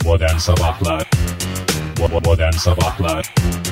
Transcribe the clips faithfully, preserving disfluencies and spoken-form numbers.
Modern Sabahlar Modern Sabahlar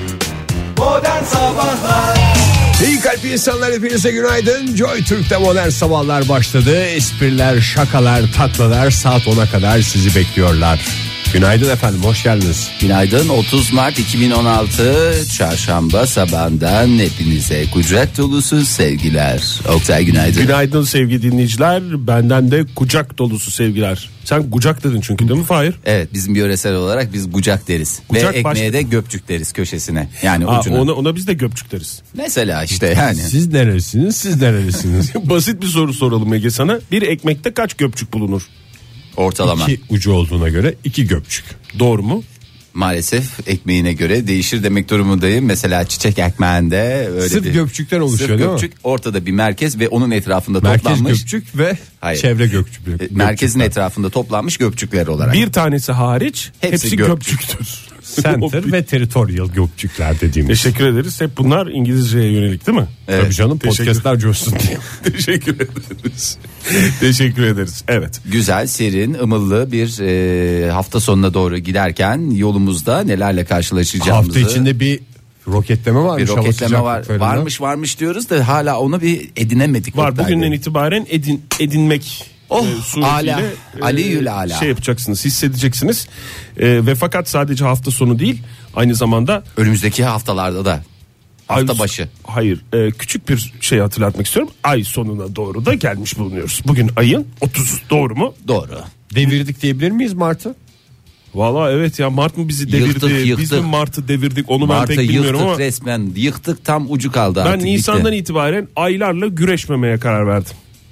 Modern Sabahlar İyi kalp insanlar, hepinize günaydın. Joy Türk'te Modern Sabahlar başladı. Espriler, şakalar, taklalar saat ona kadar sizi bekliyorlar. Günaydın efendim, hoş geldiniz. Günaydın. otuz Mart iki bin on altı Çarşamba sabahından hepinize kucak dolusu sevgiler. Oktay günaydın. Günaydın sevgili dinleyiciler. Benden de kucak dolusu sevgiler. Sen kucak dedin çünkü, değil mi Fahir? Evet, bizim yöresel olarak biz kucak deriz. Kucak Ve ekmeğe başka... de göpçük deriz köşesine. Yani Aa, ucuna. ona, ona biz de göpçük deriz. Mesela işte yani. Siz neresiniz, siz nerelisiniz? Basit bir soru soralım Ege sana. Bir ekmekte kaç göpçük bulunur? Ortalama. İki ucu olduğuna göre iki göpçük. Doğru mu? Maalesef ekmeğine göre değişir demek durumundayım. Mesela çiçek ekmeğinde öyle Sırf bir... göpçükten oluşuyor, Sırf değil göpçük, mi? ortada bir merkez ve onun etrafında Merkez toplanmış. göpçük ve Hayır. çevre göpçük. E, Merkezin etrafında toplanmış göpçükler olarak. Bir tanesi hariç hepsi, Hepsi göpçüktür. göpçük. Center ve territorial göpçükler dediğimiz. Teşekkür ederiz. Hep bunlar İngilizceye yönelik değil mi? Evet. Tabii canım, Teşekkür- podcastlar coşsun diye. Teşekkür ederiz. Teşekkür ederiz. Evet. Güzel, serin, ımıllı bir e, hafta sonuna doğru giderken yolumuzda nelerle karşılaşacağımızı. Hafta içinde bir roketleme varmış. bir hava roketleme var. sıcaklıklarında. Varmış varmış diyoruz da hala onu bir edinemedik. Var, Oktay bugünden Bey. itibaren edin, edinmek Oh, e, suretiyle ala, e, aliyül ala. şey yapacaksınız, hissedeceksiniz. E, ve fakat sadece hafta sonu değil, aynı zamanda Önümüzdeki haftalarda da hafta ay- başı. Hayır, e, küçük bir şey hatırlatmak istiyorum. Ay sonuna doğru da gelmiş bulunuyoruz. Bugün ayın otuzu, doğru mu? Doğru. Devirdik diyebilir miyiz Mart'ı? Valla evet ya, Mart mı bizi devirdi? Yıktık, Biz yıktık. mi Mart'ı devirdik? Onu ben Mart'ı pek bilmiyorum yıktık ama resmen. Yıktık, tam ucu kaldı ben artık. Nisan'dan bitti. itibaren aylarla güreşmemeye karar verdim.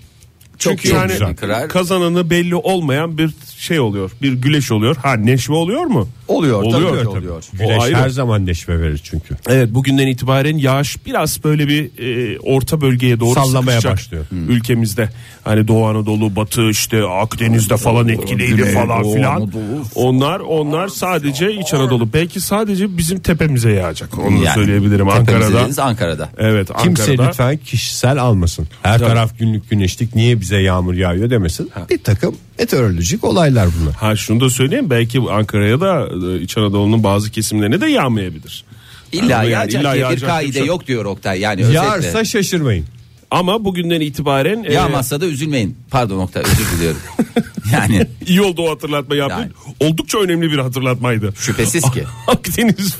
Çok Çünkü çok yani güzel karar. kazananı belli olmayan bir şey oluyor. Bir güleş oluyor. Ha, neşve oluyor mu? Oluyor, Oluyor tabii ki tabii. oluyor. O Güneş ayrı. her zaman neşve verir çünkü. Evet, bugünden itibaren yağış biraz böyle bir e, orta bölgeye doğru Sallamaya sıkışacak başlıyor. ülkemizde. Hani Doğu Anadolu, Batı, işte Akdeniz'de falan etkiliydi Güney, falan Doğu filan. Anadolu. Onlar onlar sadece İç Anadolu. Belki sadece bizim tepemize yağacak. Onu da Yani söyleyebilirim, tepemize Ankara'da. dediniz, Ankara'da. Evet, Kimse Ankara'da. lütfen kişisel almasın. Her Tabii. taraf günlük güneşlik, niye bize yağmur yağıyor demesin. Bir takım meteorolojik olaylar bunlar. Ha, şunu da söyleyeyim, belki Ankara'ya da e, İç Anadolu'nun bazı kesimlerine de yağmayabilir. İlla Yani yağacak illa diye bir yağacak kaide yoksa- yok diyor Oktay. Yani özetle. Yağarsa şaşırmayın. Ama bugünden itibaren e, Yağmazsa da üzülmeyin. Pardon Oktay, özür diliyorum. Yani iyi oldu o hatırlatma yaptın. Yani. Oldukça önemli bir hatırlatmaydı. şüphesiz ki. Akdeniz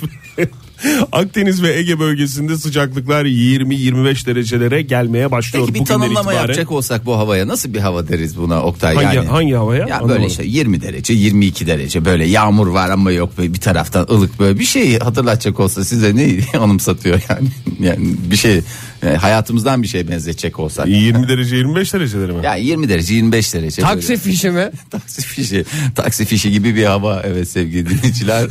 Akdeniz ve Ege bölgesinde sıcaklıklar yirmi yirmi beş derecelere gelmeye başlıyor. Peki bir Bugünden tanımlama itibaren. yapacak olsak bu havaya nasıl bir hava deriz buna Oktay? Hangi- yani hangi havaya? Ya böyle Anlamadım. işte yirmi derece, yirmi iki derece, böyle yağmur var ama yok, böyle bir taraftan ılık, böyle bir şey hatırlatacak olsa size ne anımsatıyor yani? Yani bir şey, yani hayatımızdan bir şey benzetecek olsak. yirmi derece yirmi beş dereceleri mi? Ya yirmi derece, yirmi beş derece. Taksi böyle. fişi mi? Taksi fişi. Taksi fişi gibi bir hava, evet sevgili dinleyiciler.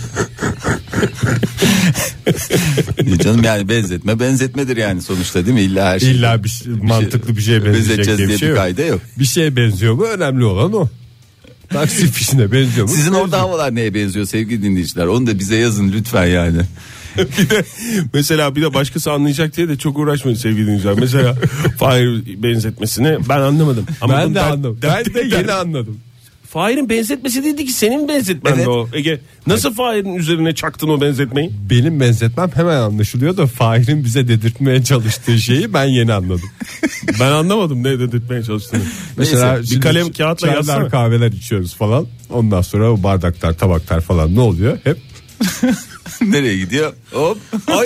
Canım yani benzetme benzetmedir yani sonuçta, değil mi? İlla her şey. İlla bir şey- mantıklı bir şeye benzeyecek benzeteceğiz diye bir diye şey bir yok. kaide yok. Bir şeye benziyor mu? Önemli olan o. Taksi fişine benziyor mu? Sizin Benziyor. orada havalar neye benziyor sevgili dinleyiciler? Onu da bize yazın lütfen yani. Bir de mesela bir de başkası anlayacak diye de çok uğraşmayın sevgili dinleyiciler. Mesela Fahir benzetmesini ben anlamadım. Ama Ben bunu de der- anladım. der- Ben de der- yeni anladım. Fahir'in benzetmesi dedi ki senin benzetmen Evet. de o. Ege, nasıl Fahir'in üzerine çaktın o benzetmeyi? Benim benzetmem hemen anlaşılıyor da Fahir'in bize dedirtmeye çalıştığı şeyi ben yeni anladım. Ben anlamadım ne dedirtmeye çalıştığını. Mesela bir şimdi kalem kağıtla çaylar, yazsana. kahveler içiyoruz falan. Ondan sonra o bardaklar, tabaklar falan ne oluyor? Hep Nereye gidiyor? Hop. Ay.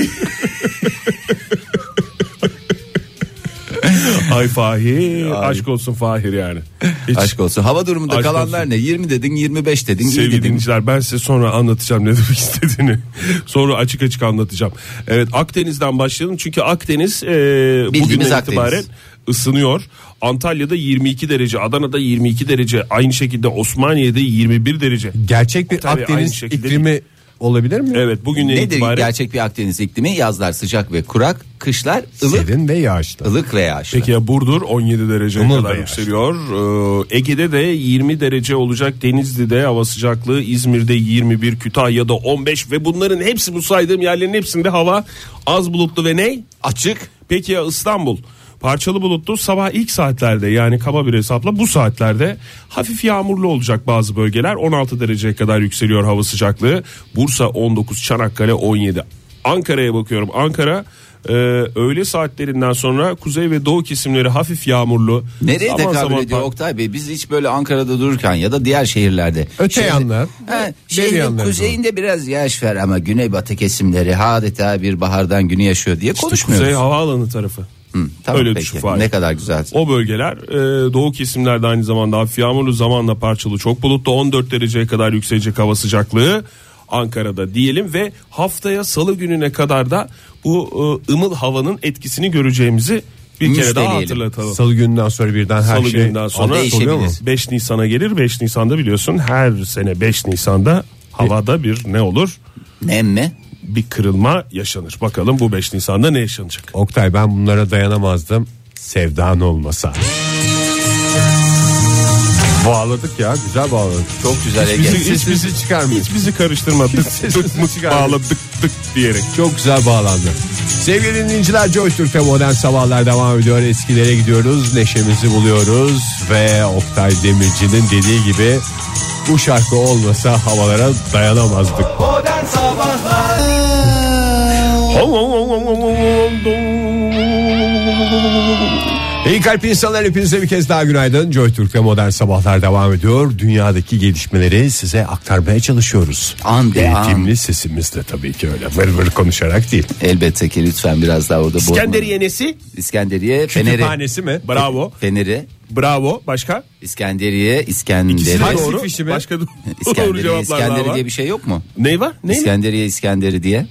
Ay Fahir, Ay. aşk olsun Fahir yani. Hiç. Aşk olsun. Hava durumunda Aşk kalanlar olsun. ne? yirmi dedin, yirmi beş dedin, iyi Sevgili dedin. dinleyiciler, ben size sonra anlatacağım ne demek istediğini. Sonra açık açık anlatacağım. Evet, Akdeniz'den başlayalım çünkü Akdeniz e, bugünden Akdeniz. itibaren ısınıyor. Antalya'da yirmi iki derece, Adana'da yirmi iki derece, aynı şekilde Osmaniye'de yirmi bir derece. gerçek bir Tabii, aynı Akdeniz şekilde iklimi olabilir mi? Evet, bugünden Nedir itibaren gerçek bir Akdeniz iklimi? Yazlar sıcak ve kurak, kışlar ılık, Serin ve yağışlı. ılık ve yağışlı. Peki ya Burdur on yedi dereceye Umur da kadar yağış. yükseliyor. Ee, Ege'de de yirmi derece olacak. Denizli'de hava sıcaklığı, İzmir'de yirmi bir, Kütahya'da on beş ve bunların hepsi, bu saydığım yerlerin hepsinde hava az bulutlu ve ne? Açık. Peki ya İstanbul? Parçalı bulutlu, sabah ilk saatlerde, yani kaba bir hesapla bu saatlerde hafif yağmurlu olacak bazı bölgeler. on altı dereceye kadar yükseliyor hava sıcaklığı. Bursa on dokuz, Çanakkale on yedi. Ankara'ya bakıyorum. Ankara e, öğle saatlerinden sonra kuzey ve doğu kesimleri hafif yağmurlu. Nereye Zaman tekabül zaman ediyor par- Oktay Bey? Biz hiç böyle Ankara'da dururken ya da diğer şehirlerde. Öte Şehir- yanlar, Ha, beri şehrin yanları kuzeyinde biraz yağış var ama güneybatı kesimleri adeta bir bahardan günü yaşıyor diye konuşmuyoruz. Kuzey havaalanı tarafı. Hı, tamam, Öyle peki. düşün Fahir. Ne kadar güzel. O bölgeler e, doğu kesimlerde aynı zamanda hafif yağmurlu, zamanla parçalı, çok bulutlu, on dört dereceye kadar yükselecek hava sıcaklığı Ankara'da diyelim ve haftaya salı gününe kadar da bu e, ımıl havanın etkisini göreceğimizi bir kere daha Müjdeleyelim. hatırlatalım. Salı gününden sonra birden her Salı şey gününden sonra değişebilir. oluyor mu? beş Nisan'a gelir. beş Nisan'da biliyorsun her sene beş Nisan'da havada bir ne olur? Nem mi? Bir kırılma yaşanır. Bakalım bu beş Nisan'da ne yaşanacak? Oktay, ben bunlara dayanamazdım. Sevdan olmasa. Bağladık ya, güzel bağladık. Çok güzel Hiç Ege. bizi, hiç Sesimizi bizi çıkarmayın. Hiç bizi karıştırmadık. Sesimizi Tık mık çıkarmayın. bağladık tık diyerek. Çok güzel bağlandı. Sevgili dinleyiciler, Joy Türk'te modern sabahlar devam ediyor. Eskilere gidiyoruz, neşemizi buluyoruz ve Oktay Demirci'nin dediği gibi bu şarkı olmasa havalara dayanamazdık. Modern Sabahlar. İyi kalp insanlar, hepinize bir kez daha günaydın. Joy Türk'te modern sabahlar devam ediyor. Dünyadaki gelişmeleri size aktarmaya çalışıyoruz. An be an. Eğitimli sesimizle, tabii ki öyle vır vır konuşarak değil. Elbette ki, lütfen biraz daha orada bozma. İskenderiye nesi? İskenderiye, Feneri. Kütüphanesi mi? Bravo. Feneri, Bravo. Başka? İskenderiye, İskenderi. İkisi de Hangisi doğru. fişi mi? Başka do- doğru İskenderiye, cevaplar daha İskenderi var. diye bir şey yok mu? Ney var? Ney? İskenderiye, İskenderi diye.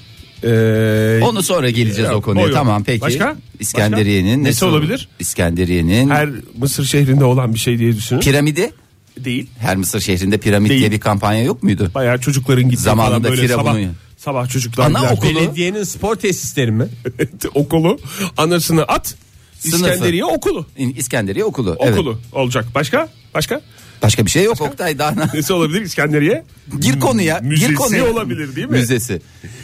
Ee, Onu sonra geleceğiz yok, o konuya. o yok. Tamam peki. Başka? İskenderiye'nin Başka? nesi, Nesi olabilir? İskenderiye'nin her Mısır şehrinde olan bir şey diye düşünün. piramidi. Değil. Her Mısır şehrinde piramit Değil. diye bir kampanya yok muydu? Bayağı çocukların gittiği Zamanında falan böyle sabah, Firavun'u- sabah çocuklar Ana gider. okulu. Belediyenin spor tesisleri mi? okulu anasını at. Sınıfı. İskenderiye okulu. İskenderiye okulu. Evet. Okulu olacak. Başka? Başka? Başka bir şey yok Oktay, daha ne- Nesi olabilir İskenderiye? Gir konuya. Müzesi Gir konuya. olabilir değil mi? Müzesi.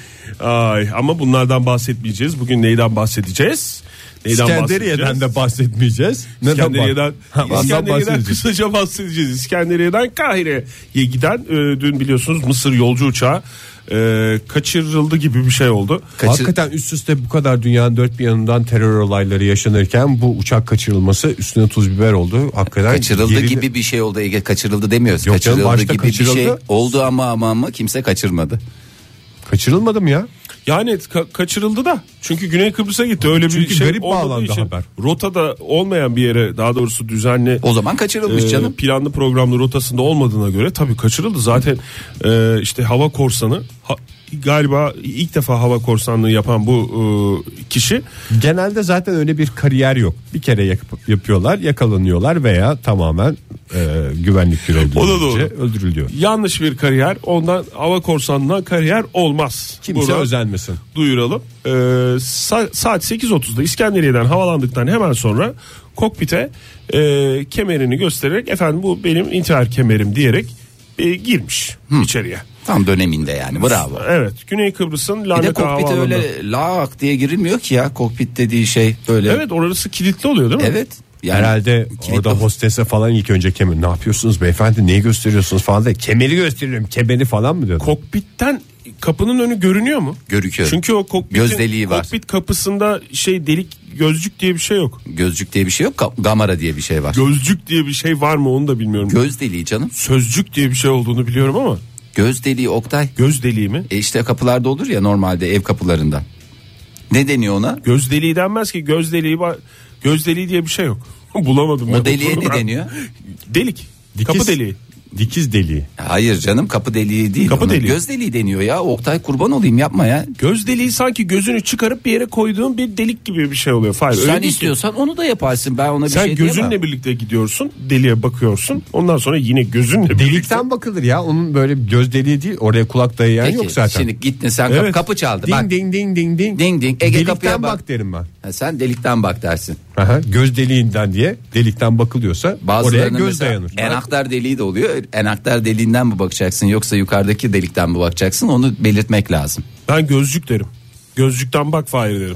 Ay, ama bunlardan bahsetmeyeceğiz. Bugün neyden bahsedeceğiz? Neyden İskenderiye'den de bahsetmeyeceğiz. Neden İskenderiye'den, bah- Ondan İskenderiye'den bahsedeceğiz. kısaca bahsedeceğiz. İskenderiye'den Kahire'ye giden e, dün biliyorsunuz Mısır yolcu uçağı e, kaçırıldı gibi bir şey oldu. Kaçır- Hakikaten üst üste bu kadar dünyanın dört bir yanından terör olayları yaşanırken bu uçak kaçırılması üstüne tuz biber oldu. Hakikaten Kaçırıldı geride- gibi bir şey oldu Ege, kaçırıldı demiyoruz. Yok canım, kaçırıldı başta gibi bir şey kaçırıldı. oldu ama ama ama kimse kaçırmadı. Kaçırılmadı mı ya? Yani ka- kaçırıldı da. Çünkü Güney Kıbrıs'a gitti. Öyle bir Çünkü şey garip olmadığı bağlandı için. haber. Rotada olmayan bir yere, daha doğrusu düzenli O zaman kaçırılmış e, canım. planlı programlı rotasında olmadığına göre tabii kaçırıldı. Zaten e, işte hava korsanı ha- galiba ilk defa hava korsanlığı yapan bu e, kişi Genelde zaten öyle bir kariyer yok. Bir kere yap- yapıyorlar, yakalanıyorlar veya tamamen e, güvenlik O da doğru. görevlileri öldürülüyor. yanlış bir kariyer. Ondan hava korsanlığına kariyer olmaz. Kimse Buradan özenmesin. duyuralım. Ee, sa- saat sekiz otuzda İskenderiye'den havalandıktan hemen sonra kokpite e, kemerini göstererek efendim bu benim intihar kemerim diyerek e, girmiş içeriye. Tam döneminde yani, bravo. Evet, Güney Kıbrıs'ın Bir de Larnaka kokpite havaalanında. öyle lak diye girilmiyor ki ya, kokpit dediği şey böyle. Evet, orası kilitli oluyor değil mi? Evet. Yani Herhalde kilit- orada hostese falan ilk önce kemer, ne yapıyorsunuz beyefendi, neyi gösteriyorsunuz falan da, kemeri gösteriyorum, kemeri falan mı diyordu. Kokpitten kapının önü görünüyor mu? Görüküyor. Çünkü o kokpitin, Göz deliği var. kokpit kapısında şey delik, gözcük diye bir şey yok. Gözcük diye bir şey yok, ka- gamara diye bir şey var. Gözcük diye bir şey var mı onu da bilmiyorum. Göz deliği canım. Sözcük diye bir şey olduğunu biliyorum ama Göz deliği Oktay. göz deliği mi? E işte kapılarda olur ya, normalde ev kapılarında. Ne deniyor ona? Göz deliği denmez ki, göz deliği var. Göz deliği diye bir şey yok. Bulamadım. ben O deliğe bunu. ne deniyor? Delik. Dikiz- Kapı deliği. Dikiz deliği. Hayır canım, kapı deliği değil. Kapı Ona deliği. Göz deliği deniyor ya. Oktay, kurban olayım, yapma ya. Göz deliği sanki gözünü çıkarıp bir yere koyduğun bir delik gibi bir şey oluyor. Hayır, öyle Sen değil ki. istiyorsan onu da yaparsın. Ben ona bir Sen şey gözünle diyemem. birlikte gidiyorsun, deliğe bakıyorsun. Ondan sonra yine gözünle birlikte. Delikten bakılır ya, onun böyle göz deliği değil, oraya kulak dayayan Peki, yok zaten. şimdi gittin sen, kapı, Evet. kapı çaldı. Ding Bak. ding ding ding ding. Ding ding. Ege Delikten kapıya bak. bak derim ben. Ha, sen delikten bak dersin. Aha, göz deliğinden diye delikten bakılıyorsa oraya Bazılarının göz mesela dayanır. enaktar deliği de oluyor. Enaktar deliğinden mi bakacaksın yoksa yukarıdaki delikten mi bakacaksın, onu belirtmek lazım. Ben gözcük derim. Gözcükten bak Fahir derim.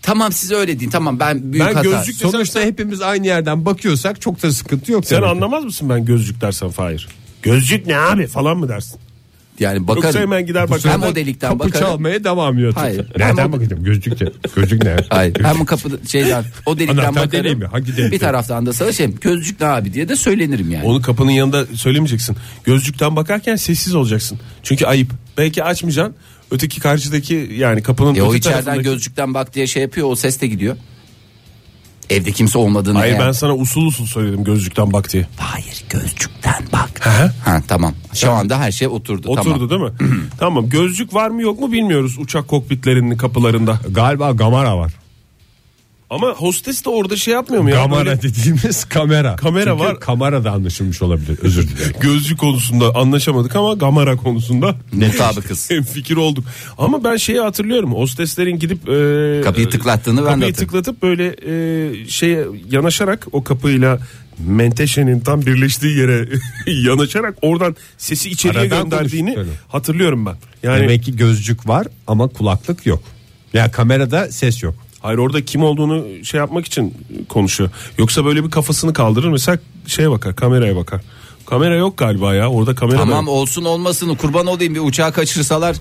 Tamam siz öyle deyin. Tamam ben büyük Ben hata. gözlük- Sonuçta hepimiz aynı yerden bakıyorsak çok da sıkıntı yok. Sen tabii ki. anlamaz mısın ben gözlük dersen Fahir? Gözlük ne abi falan mı dersin? Yani bakarım. Yoksa hemen gider bakarım. Hem o delikten Kapı bakarım. çalmaya devam ediyor. Hayır. Nereden Ama- bakacağım? Gözlük de. Gözlük ne? Hayır. Hem kapı şeyden o delikten Anahtar deliği bakarım. mi? Hangi delikten? Bir taraftan da sana şey gözlük ne abi diye de söylenirim yani. Onu kapının yanında söylemeyeceksin. Gözlükten bakarken sessiz olacaksın. Çünkü ayıp. Belki açmayacaksın. Öteki karşıdaki yani kapının E o öteki içeriden tarafındaki... gözlükten bak diye şey yapıyor, o ses de gidiyor. Evde kimse olmadığını Hayır eğer... ben sana usul usul söyledim gözlükten bak diye. Hayır gözlükten bak. Hı. Ha tamam. Şu anda her şey oturdu. Oturdu tamam. değil mi? Tamam. Gözlük var mı yok mu bilmiyoruz uçak kokpitlerinin kapılarında. Galiba gamara var. Ama hostes de orada şey yapmıyor mu ya? Gamara Böyle dediğimiz kamera. Kamera Çünkü var. kamera da anlaşılmış olabilir. Özür dilerim. gözlük konusunda anlaşamadık ama gamara konusunda Mutabıkız. fikir olduk. Ama ben şeyi hatırlıyorum. Hosteslerin gidip e, Kapıyı tıklattığını ben de kapıyı hatırlıyorum. tıklatıp böyle e, şeye yanaşarak o kapıyla menteşenin tam birleştiği yere yanaşarak oradan sesi içeriye Aradan gönderdiğini konuştukları. hatırlıyorum ben. Yani Demek ki gözlük var ama kulaklık yok. Ya kamerada ses yok. hayır orada kim olduğunu şey yapmak için konuşuyor. Yoksa böyle bir kafasını kaldırır mesela şeye bakar, kameraya bakar. Kamera yok galiba ya. Orada kamera Tamam da olsun olmasını kurban olayım, bir uçağı kaçırsalar.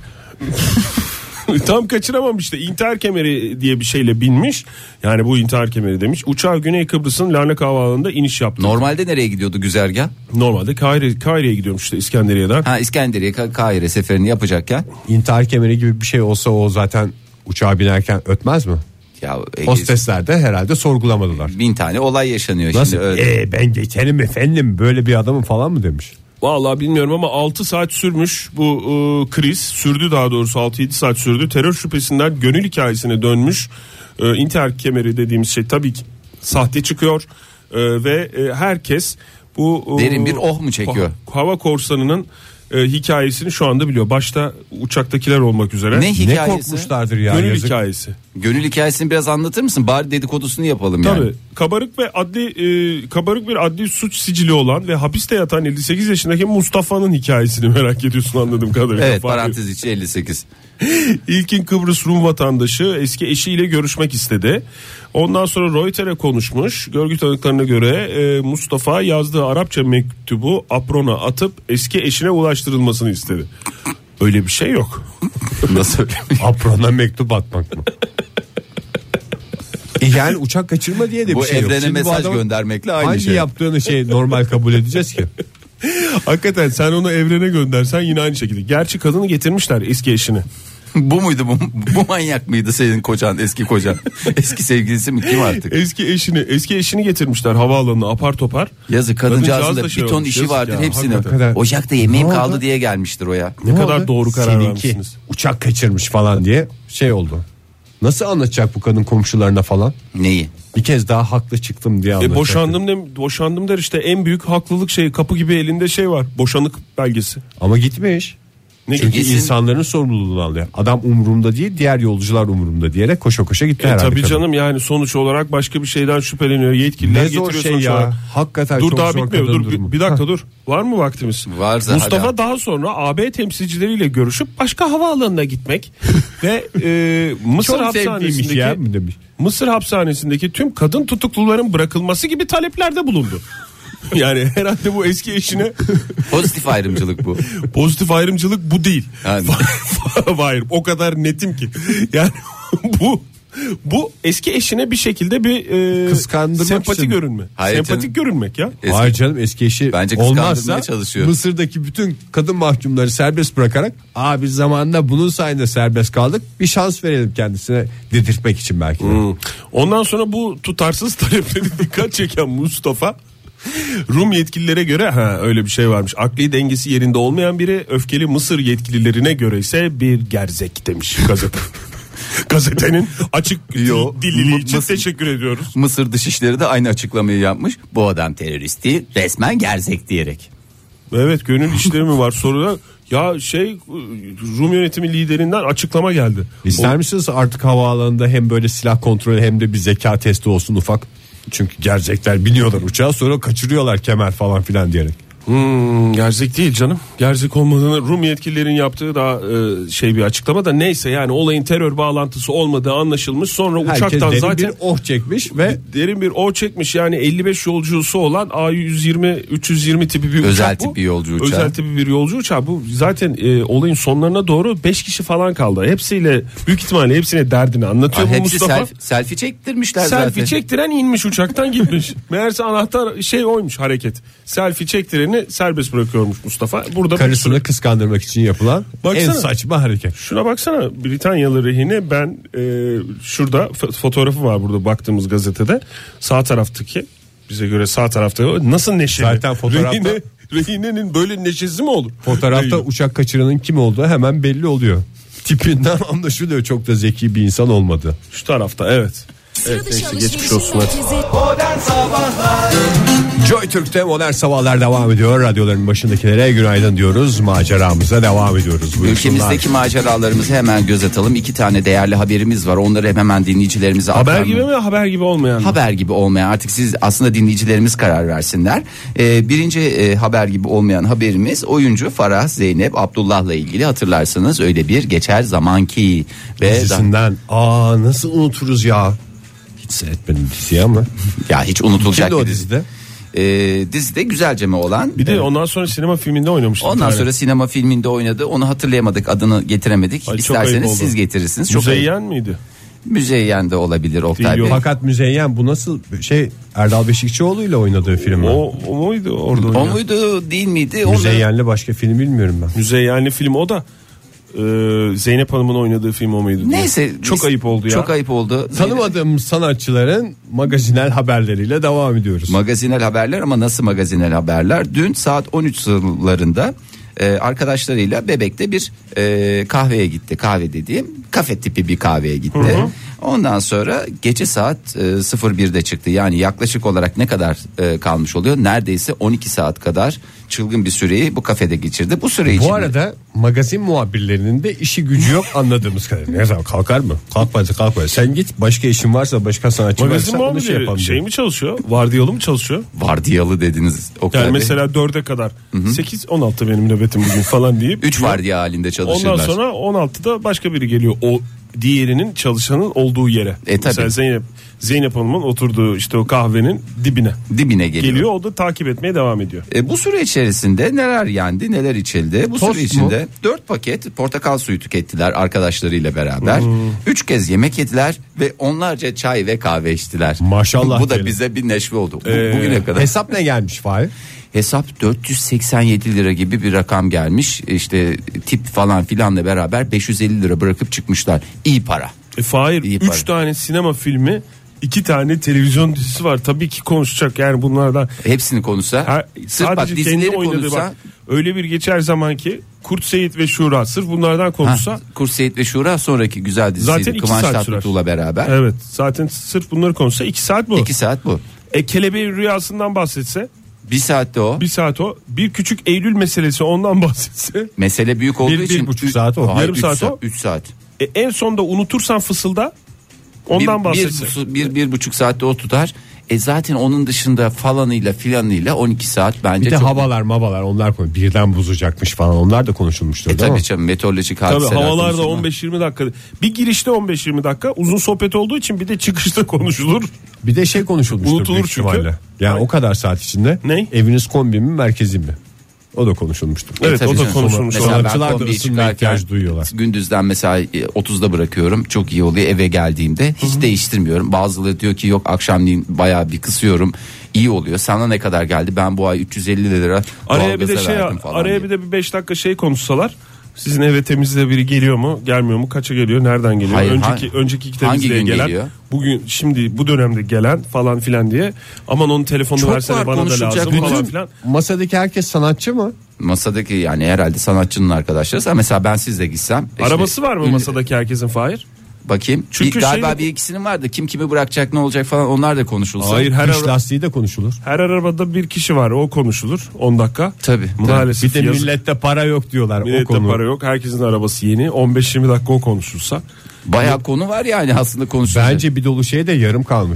yok. Tam kaçıramam işte. İntihar kemeri diye bir şeyle binmiş. Yani bu intihar kemeri demiş. Uçağı Güney Kıbrıs'ın Larnaca Havaalanı'nda iniş yaptı. Normalde nereye gidiyordu güzergah? Normalde Kahire, Kahire'ye gidiyormuş işte İskenderiye'den. Ha İskenderiye Ka- Kahire seferini yapacakken. İntihar kemeri gibi bir şey olsa o zaten uçağa binerken ötmez mi? Ya e, Hostesler de herhalde sorgulamadılar. bin tane olay yaşanıyor Nasıl? şimdi öyle. Ee, ben geçerim efendim böyle bir adamım falan mı demiş? Vallahi bilmiyorum ama altı saat sürmüş bu e, kriz. Sürdü daha doğrusu altı yedi saat sürdü. Terör şüphesinden gönül hikayesine dönmüş. E, intihar kemeri dediğimiz şey tabii ki sahte çıkıyor. E, ve e, herkes bu... e, Derin bir oh mu çekiyor? Hava korsanının e, hikayesini şu anda biliyor. Başta uçaktakiler olmak üzere. Ne Ne hikayesi? korkmuşlardır ya. Gönül yazık. hikayesi. Gönül hikayesini biraz anlatır mısın? Bari dedikodusunu yapalım yani. Tabii. Kabarık ve adli e, kabarık bir adli suç sicili olan ve hapiste yatan elli sekiz yaşındaki Mustafa'nın hikayesini merak ediyorsun anladığım kadarıyla. Evet, Fahir. parantez içi elli sekiz. İlkin Kıbrıs Rum vatandaşı eski eşiyle görüşmek istedi. Ondan sonra Reuters'e konuşmuş. Görgü tanıklarına göre e, Mustafa yazdığı Arapça mektubu aprona atıp eski eşine ulaştırılmasını istedi. Öyle bir şey yok. Nasıl öyle? Aprona mektup atmak mı? E yani uçak kaçırma diye de Bu bir şey yok. evrene Şimdi bu mesaj adamın göndermekle aynı hangi şey. yaptığını şey normal kabul edeceğiz ki? Hakikaten sen onu evrene göndersen yine aynı şekilde. Gerçi kadını getirmişler eski eşini. Bu muydu bu, bu manyak mıydı senin kocan, eski kocan? Eski sevgilisi mi, kim artık? Eski eşini eski eşini getirmişler havaalanına apar topar. Yazık, kadıncağızın Kadıncağız da da şey bir ton olmuş, işi yazık vardır ya, hepsini. hakikaten. Ocakta yemeğim Ne oldu? kaldı diye gelmiştir o ya. Ne kadar oldu? doğru karar Seninki vermişsiniz. uçak kaçırmış falan diye şey oldu. Nasıl anlatacak bu kadın komşularına falan? Neyi? Bir kez daha haklı çıktım diye E anlatacak. boşandım de, boşandım der işte en büyük haklılık şey kapı gibi elinde şey var. Boşanık belgesi. Ama gitmiş. Ne Çünkü gitsin? insanların sorumluluğunu alıyor. Adam umurumda değil, diğer yolcular umurumda diyerek koşa koşa gitti E herhalde. tabii kadın. canım yani sonuç olarak başka bir şeyden şüpheleniyor. Yetkililer Ne zor getiriyor şey sonuç ya. olarak. Hakikaten Dur çok daha zor bitmiyor. kadın Dur bir, durumu. bir dakika dur. Var mı vaktimiz? Varsa Mustafa hadi. daha sonra A B temsilcileriyle görüşüp başka havaalanına gitmek ve e, Mısır Çok zevkliymiş hapishanesindeki ya mı demiş. Mısır hapishanesindeki tüm kadın tutukluların bırakılması gibi taleplerde bulundu. Yani herhalde bu eski eşine Pozitif ayrımcılık bu. pozitif ayrımcılık bu değil. Yani. Hayır, o kadar netim ki. Yani bu bu eski eşine bir şekilde bir e, Kıskandırmak sempati için. görünme. Hayır Sempatik canım. görünmek ya. Eski- Hayır canım, eski eşi Bence kıskandırmaya olmazsa çalışıyor. Mısır'daki bütün kadın mahkumları serbest bırakarak aa biz zamanında bunun sayesinde serbest kaldık, bir şans verelim kendisine dedirtmek için belki de. Hmm. Ondan sonra bu tutarsız talepleri dikkat çeken Mustafa Rum yetkililere göre ha öyle bir şey varmış. Akli dengesi yerinde olmayan biri, öfkeli Mısır yetkililerine göre ise bir gerzek demiş gazete. Gazetenin açık Yo, dilliliği için Mısır- teşekkür ediyoruz. Mısır Dışişleri de aynı açıklamayı yapmış. Bu adam terörist değil, resmen gerzek diyerek. Evet, gönül işleri mi var soruda. Ya şey Rum yönetimi liderinden açıklama geldi. İster misiniz artık havaalanında hem böyle silah kontrolü hem de bir zeka testi olsun ufak? Çünkü gerçekler biniyorlar uçağa, sonra kaçırıyorlar kemer falan filan diyerek. Hmm, gerzek değil canım. Gerzek olmadığını Rum yetkililerin yaptığı daha e, şey bir açıklama da, neyse yani olayın terör bağlantısı olmadığı anlaşılmış. Sonra Herkes uçaktan derin zaten bir oh çekmiş ve derin bir o çekmiş. Yani elli beş yolcusu olan A yüz yirmi üç yüz yirmi tipi bir Özel uçak bu. tip bir yolcu uçağı. Özel tipi bir yolcu uçağı bu. Zaten e, olayın sonlarına doğru beş kişi falan kaldı. Hepsiyle büyük ihtimalle hepsine derdini anlatıyor Aa, bu hepsi Mustafa. selfie, selfie çektirmişler Selfie zaten. çektiren inmiş uçaktan gitmiş. Meğerse anahtar şey oymuş hareket. Selfie çektireni serbest bırakıyormuş Mustafa. Burada karısını kıskandırmak için yapılan Baksana. en saçma hareket. Şuna baksana, Britanyalı rehine ben e, şurada f- fotoğrafı var burada baktığımız gazetede. Sağ taraftaki, bize göre sağ tarafta nasıl neşeli. Zaten fotoğrafta- Rehine, rehinenin böyle neşesi mi olur? Fotoğrafta Rehine. uçak kaçıranın kim olduğu hemen belli oluyor. Tipinden anlaşılıyor, çok da zeki bir insan olmadı. Şu tarafta evet. Evet, neyse, geçmiş olsun hadi. Modern Sabahlar Joy Türk'te Modern Sabahlar devam ediyor. Radyoların başındakilere günaydın diyoruz. Maceramıza devam ediyoruz. Buyursunlar. Ülkemizdeki maceralarımızı hemen göz atalım. İki tane değerli haberimiz var. Onları hemen dinleyicilerimize Haber aktarmam- gibi mi, haber gibi olmayan mı? Haber gibi olmayan, artık siz aslında dinleyicilerimiz karar versinler. Ee, birinci e, haber gibi olmayan haberimiz oyuncu Farah Zeynep Abdullah'la ilgili. Hatırlarsınız, öyle bir geçer zaman ki ve Dizisinden. Aa, nasıl unuturuz ya. Hiç seyretmedim diziyi ama. ya hiç unutulacak Kimdi o bir dizi. dizide? Ee, dizide güzelceme olan. Bir de ondan sonra sinema filminde oynamıştı. Ondan bir tane. sonra sinema filminde oynadı. Onu hatırlayamadık, adını getiremedik. Ay, çok ayıp İsterseniz oldu. siz getirirsiniz. Çok ayıp. Müzeyyen miydi? Müzeyyen de olabilir Oktay Değil, Bey. yok. Fakat Müzeyyen bu nasıl şey, Erdal Beşikçioğlu ile oynadığı film mi? O, o muydu orada? O oynayan? muydu değil miydi? Onu- Müzeyyen'le başka film bilmiyorum ben. Müzeyyenli film o da. Ee, Zeynep Hanım'ın oynadığı film o muydu? Neyse. Çok biz- ayıp oldu ya. Çok ayıp oldu. Tanımadığımız sanatçıların magazinel haberleriyle devam ediyoruz. Magazinel haberler, ama nasıl magazinel haberler? Dün saat on üç sıralarında e, arkadaşlarıyla Bebek'te bir e, kahveye gitti. Kahve dediğim kafe tipi bir kahveye gitti. Hı hı. Ondan sonra gece saat e, sıfır birde çıktı. Yani yaklaşık olarak ne kadar e, kalmış oluyor? Neredeyse on iki saat kadar çılgın bir süreyi bu kafede geçirdi. Bu süre içinde... Bu arada magazin muhabirlerinin de işi gücü yok anladığımız kadarıyla. Ne zaman kalkar mı? Kalkmaz kalkmaz. Sen git, başka işin varsa, başka sanatçı Magazin varsa onu şey muhabirleri yapalım. şey mi çalışıyor? Vardiyalı mı çalışıyor? Vardiyalı dediniz Oktay Yani Bey. mesela dörde kadar sekiz on altı benim nöbetim bugün falan deyip Üç vardiya halinde çalışırlar. ondan sonra on altıda başka biri geliyor. O diğerinin, çalışanın olduğu yere. E, tabii. Mesela Zeynep Zeynep Hanım'ın oturduğu işte o kahvenin dibine Dibine geliyor. geliyor. O da takip etmeye devam ediyor. E, bu süre içerisinde neler yendi, neler içildi? Bu Tost süre mu? içinde dört paket portakal suyu tükettiler arkadaşlarıyla beraber. Üç kez yemek yediler ve onlarca çay ve kahve içtiler. Maşallah Bu da diyelim. bize bir neşve oldu. Bu- Ee, Bugüne kadar. Hesap ne gelmiş Fahir? Hesap dört yüz seksen yedi lira gibi bir rakam gelmiş. İşte tip falan filanla beraber beş yüz elli lira bırakıp çıkmışlar. İyi para. E, Fahir İyi üç para. tane sinema filmi, iki tane televizyon dizisi var. Tabii ki konuşacak yani bunlardan. Hepsini konuşsa. Her, sırf bak sadece kendi dizileri oynadığı konuşsa. bak. Öyle bir geçer zaman ki Kurt Seyit ve Şura, sırf bunlardan konuşsa. Ha, Kurt Seyit ve Şura sonraki güzel dizisiydi. Zaten iki Kıvanç saat sürer. Tatlıtuğ'la beraber. Evet, zaten sırf bunları konuşsa iki saat bu. İki saat bu. E, Kelebeğin Rüyası'ndan bahsetse Bir saatte o. bir saat o. Bir küçük Eylül meselesi, ondan bahsetse. Mesele büyük olduğu Bir- bir için buçuk saat o. Hayır, Yarım üç saat saat o. üç saat. E, en sonda unutursan fısılda, ondan bir, bahsetse. bir, bir, bir buçuk saatte o tutar. E zaten onun dışında falanıyla filanıyla on iki saat bence Bir de çok. havalar mabalar onlar konu. Birden bozacakmış falan, onlar da konuşulmuştur E değil mi? tabii canım, meteorolojik Tabii hadiseler. havalarda konusunda. on beş yirmi dakika. Bir girişte on beş yirmi dakika, uzun sohbet olduğu için bir de çıkışta konuşulur. Bir de şey konuşulmuştur Unutulur büyük çünkü. ihtimalle. Yani o kadar saat içinde Ne? eviniz kombi mi merkezi mi? O da konuşulmuştur. Evet, tabii o da canım. konuşulmuş. Mesela ben Sanatçılar da kombiyi ısınmaya çıkarken ihtiyaç duyuyorlar. gündüzden mesela e, otuzda bırakıyorum. Çok iyi oluyor, eve geldiğimde hiç değiştirmiyorum. Bazıları diyor ki yok akşamleyin bayağı bir kısıyorum. İyi oluyor. Sana ne kadar geldi? Ben bu ay üç yüz elli lira Araya bir de doğalgaza şey verdim falan araya diye. bir de bir beş dakika şey konuşsalar. Sizin eve temizliğe biri geliyor mu, gelmiyor mu, kaça geliyor, nereden geliyor? Hayır, önceki ha- önceki iki hangi temizliğe gün gelen, geliyor? bugün şimdi bu dönemde gelen falan filan diye. Aman onun telefonunu Çok versene, var, bana da konuşulacak lazım falan Bütün filan. masadaki herkes sanatçı mı? Masadaki yani herhalde sanatçının arkadaşları. Mesela ben sizle gitsem. işte Arabası var mı ünlü- masadaki herkesin, Fahir? Bakayım. Çünkü Bir- galiba şey- bir ikisinin vardı. Kim kimi bırakacak, ne olacak falan, onlar da konuşulsa. Hayır, her Kış ara- lastiği de konuşulur. Her arabada bir kişi var, o konuşulur on dakika. Tabii, tabii. Maalesef Bir de yazık. millette para yok diyorlar. o Millette konu. para yok, herkesin arabası yeni, on beş yirmi dakika o konuşulsa. Bayağı konu var yani aslında konuşulacak. Bence bir dolu şey de yarım kalmış.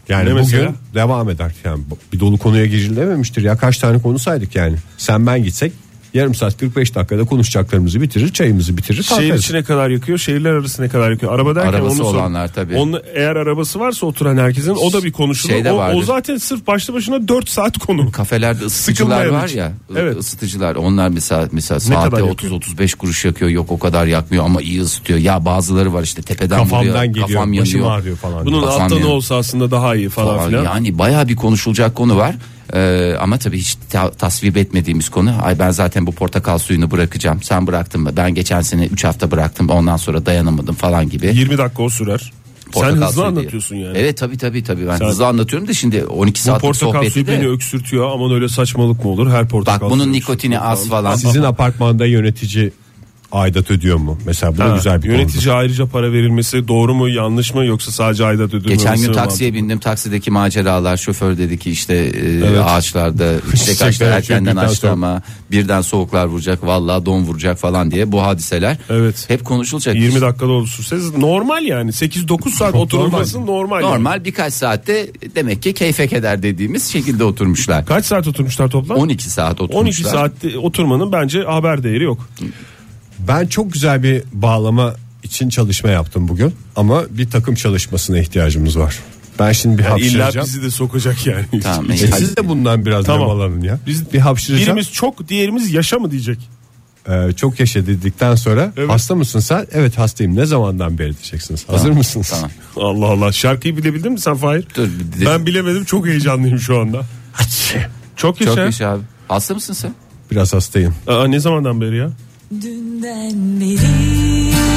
Yani Ne bugün mesela? devam eder. Yani bir dolu konuya girilememiştir ya, kaç tane konu saydık yani. Sen ben gitsek yarım saat kırk beş dakikada konuşacaklarımızı bitirir, çayımızı bitirir, Şehir kalkarız. içi ne kadar yakıyor, şehirler arası ne kadar yakıyor. Araba derken Arabası onu sor- olanlar tabii. Onun, eğer arabası varsa oturan herkesin o da bir konuşulur. Şey de o, o vardır. zaten sırf başlı başına dört saat konu. Kafelerde ısıtıcılar Sıkılmayan var için. ya, Evet. ısıtıcılar, onlar mesela mesela Ne saatte kadar otuz otuz beş kuruş yakıyor, yok o kadar yakmıyor ama iyi ısıtıyor. Ya bazıları var işte tepeden vuruyor, Kafamdan geliyor, kafam başım yanıyor. ağrıyor falan. Bunun Kafam altta ne yanıyor. olsa aslında daha iyi falan Falan. filan. Yani bayağı bir konuşulacak konu var. Ee, ama tabii hiç ta- tasvip etmediğimiz konu. Ay ben zaten bu portakal suyunu bırakacağım. Sen bıraktın mı? Ben geçen sene üç hafta bıraktım. Ondan sonra dayanamadım falan gibi. yirmi dakika o sürer. Portakal Sen hızlı suyu diye. anlatıyorsun yani. Evet tabii tabii tabii ben Sen- hızlı anlatıyorum da şimdi on iki Bu saatlik portakal sohbeti suyu de. beni öksürtüyor, aman öyle saçmalık mı olur? Her portakal Bak bunun suyu nikotini öksürtüyor az falan. Sizin apartmanda yönetici aidat ödüyor mu? Mesela bu da Ha, güzel bir yönetici konudur. ayrıca para verilmesi doğru mu yanlış mı, yoksa sadece aidat ödülmesi Geçen gün mi taksiye mantıklı? bindim, taksideki maceralar, şoför dedi ki işte e, Evet. ağaçlarda çiçek Çiçekler açtı, açıyor, erkenden birden açtı soğuk. ama birden soğuklar vuracak, vallahi don vuracak falan diye bu hadiseler Evet. hep konuşulacak. yirmi dakikada olursa normal yani sekiz dokuz saat oturulması normal. yani. Normal birkaç saatte demek ki keyfe keder dediğimiz şekilde oturmuşlar. Kaç saat oturmuşlar toplam? on iki saat oturmuşlar. on iki saatte oturmanın bence haber değeri yok. Ben çok güzel bir bağlama için çalışma yaptım bugün. Ama bir takım çalışmasına ihtiyacımız var. Ben şimdi bir Yani illa hapşıracağım. bizi de sokacak yani. Tamam, E, iyi, hadi. siz de bundan biraz Tamam. nemalanın ya. Biz- Biz bir hapşıracağım. Birimiz çok, diğerimiz yaşa mı diyecek. Ee, çok yaşa dedikten sonra Evet. hasta mısın sen? Evet hastayım. Ne zamandan beri diyeceksiniz. Hazır mısınız? Tamam. Allah Allah, şarkıyı bilebildin mi sen Fahir? Dur, bir de- Ben bilemedim, çok heyecanlıyım şu anda. Çok yaşa. Çok yaşa abi. Hasta mısın sen? Biraz hastayım. Aa, ne zamandan beri ya? Dünden beri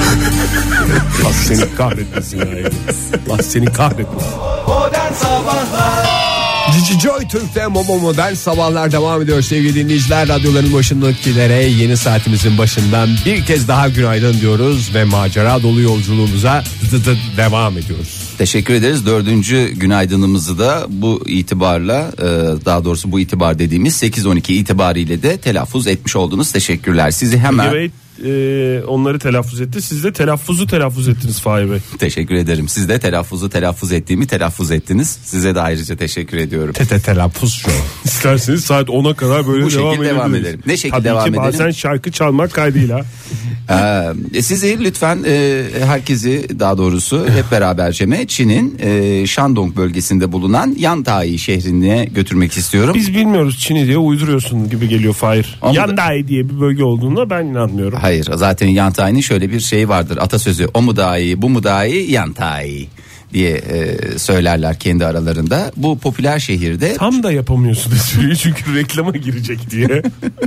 Allah seni kahretmesin ya. Allah seni kahretmesin. Modern Sabahlar Cici Joy Türk'te Momo Modern Sabahlar devam ediyor sevgili dinleyiciler. Radyoların başındakilere yeni saatimizin başından bir kez daha günaydın diyoruz ve macera dolu yolculuğumuza dı dı devam ediyoruz. Teşekkür ederiz. Dördüncü günaydınımızı da bu itibarla e, daha doğrusu bu itibar dediğimiz sekiz on iki itibariyle de telaffuz etmiş oldunuz. Teşekkürler. Sizi hemen Ege Bey e, onları telaffuz etti. Siz de telaffuzu telaffuz ettiniz Fahir Bey. teşekkür ederim. Siz de telaffuzu telaffuz ettiğimi telaffuz ettiniz. Size de ayrıca teşekkür ediyorum. Tete telaffuz şu. İsterseniz saat ona kadar böyle Bu devam şekilde devam edebiliriz. edelim. Ne şekilde Tabii devam ki edelim? bazen şarkı çalmak kaydıyla. Ee, sizi lütfen e, herkesi daha doğrusu hep beraberce Çin'in e, Shandong bölgesinde bulunan Yantai şehrine götürmek istiyorum. Biz bilmiyoruz Çin'i diye uyduruyorsun gibi geliyor Fahir. Ama da- Yandai diye bir bölge olduğuna ben inanmıyorum. Hayır, zaten Yantai'nin şöyle bir şeyi vardır, atasözü: o mu daha iyi, bu mu daha iyi, Yantai diye e, söylerler kendi aralarında. Bu popüler şehirde Tam da yapamıyorsun espriyi çünkü reklama girecek diye.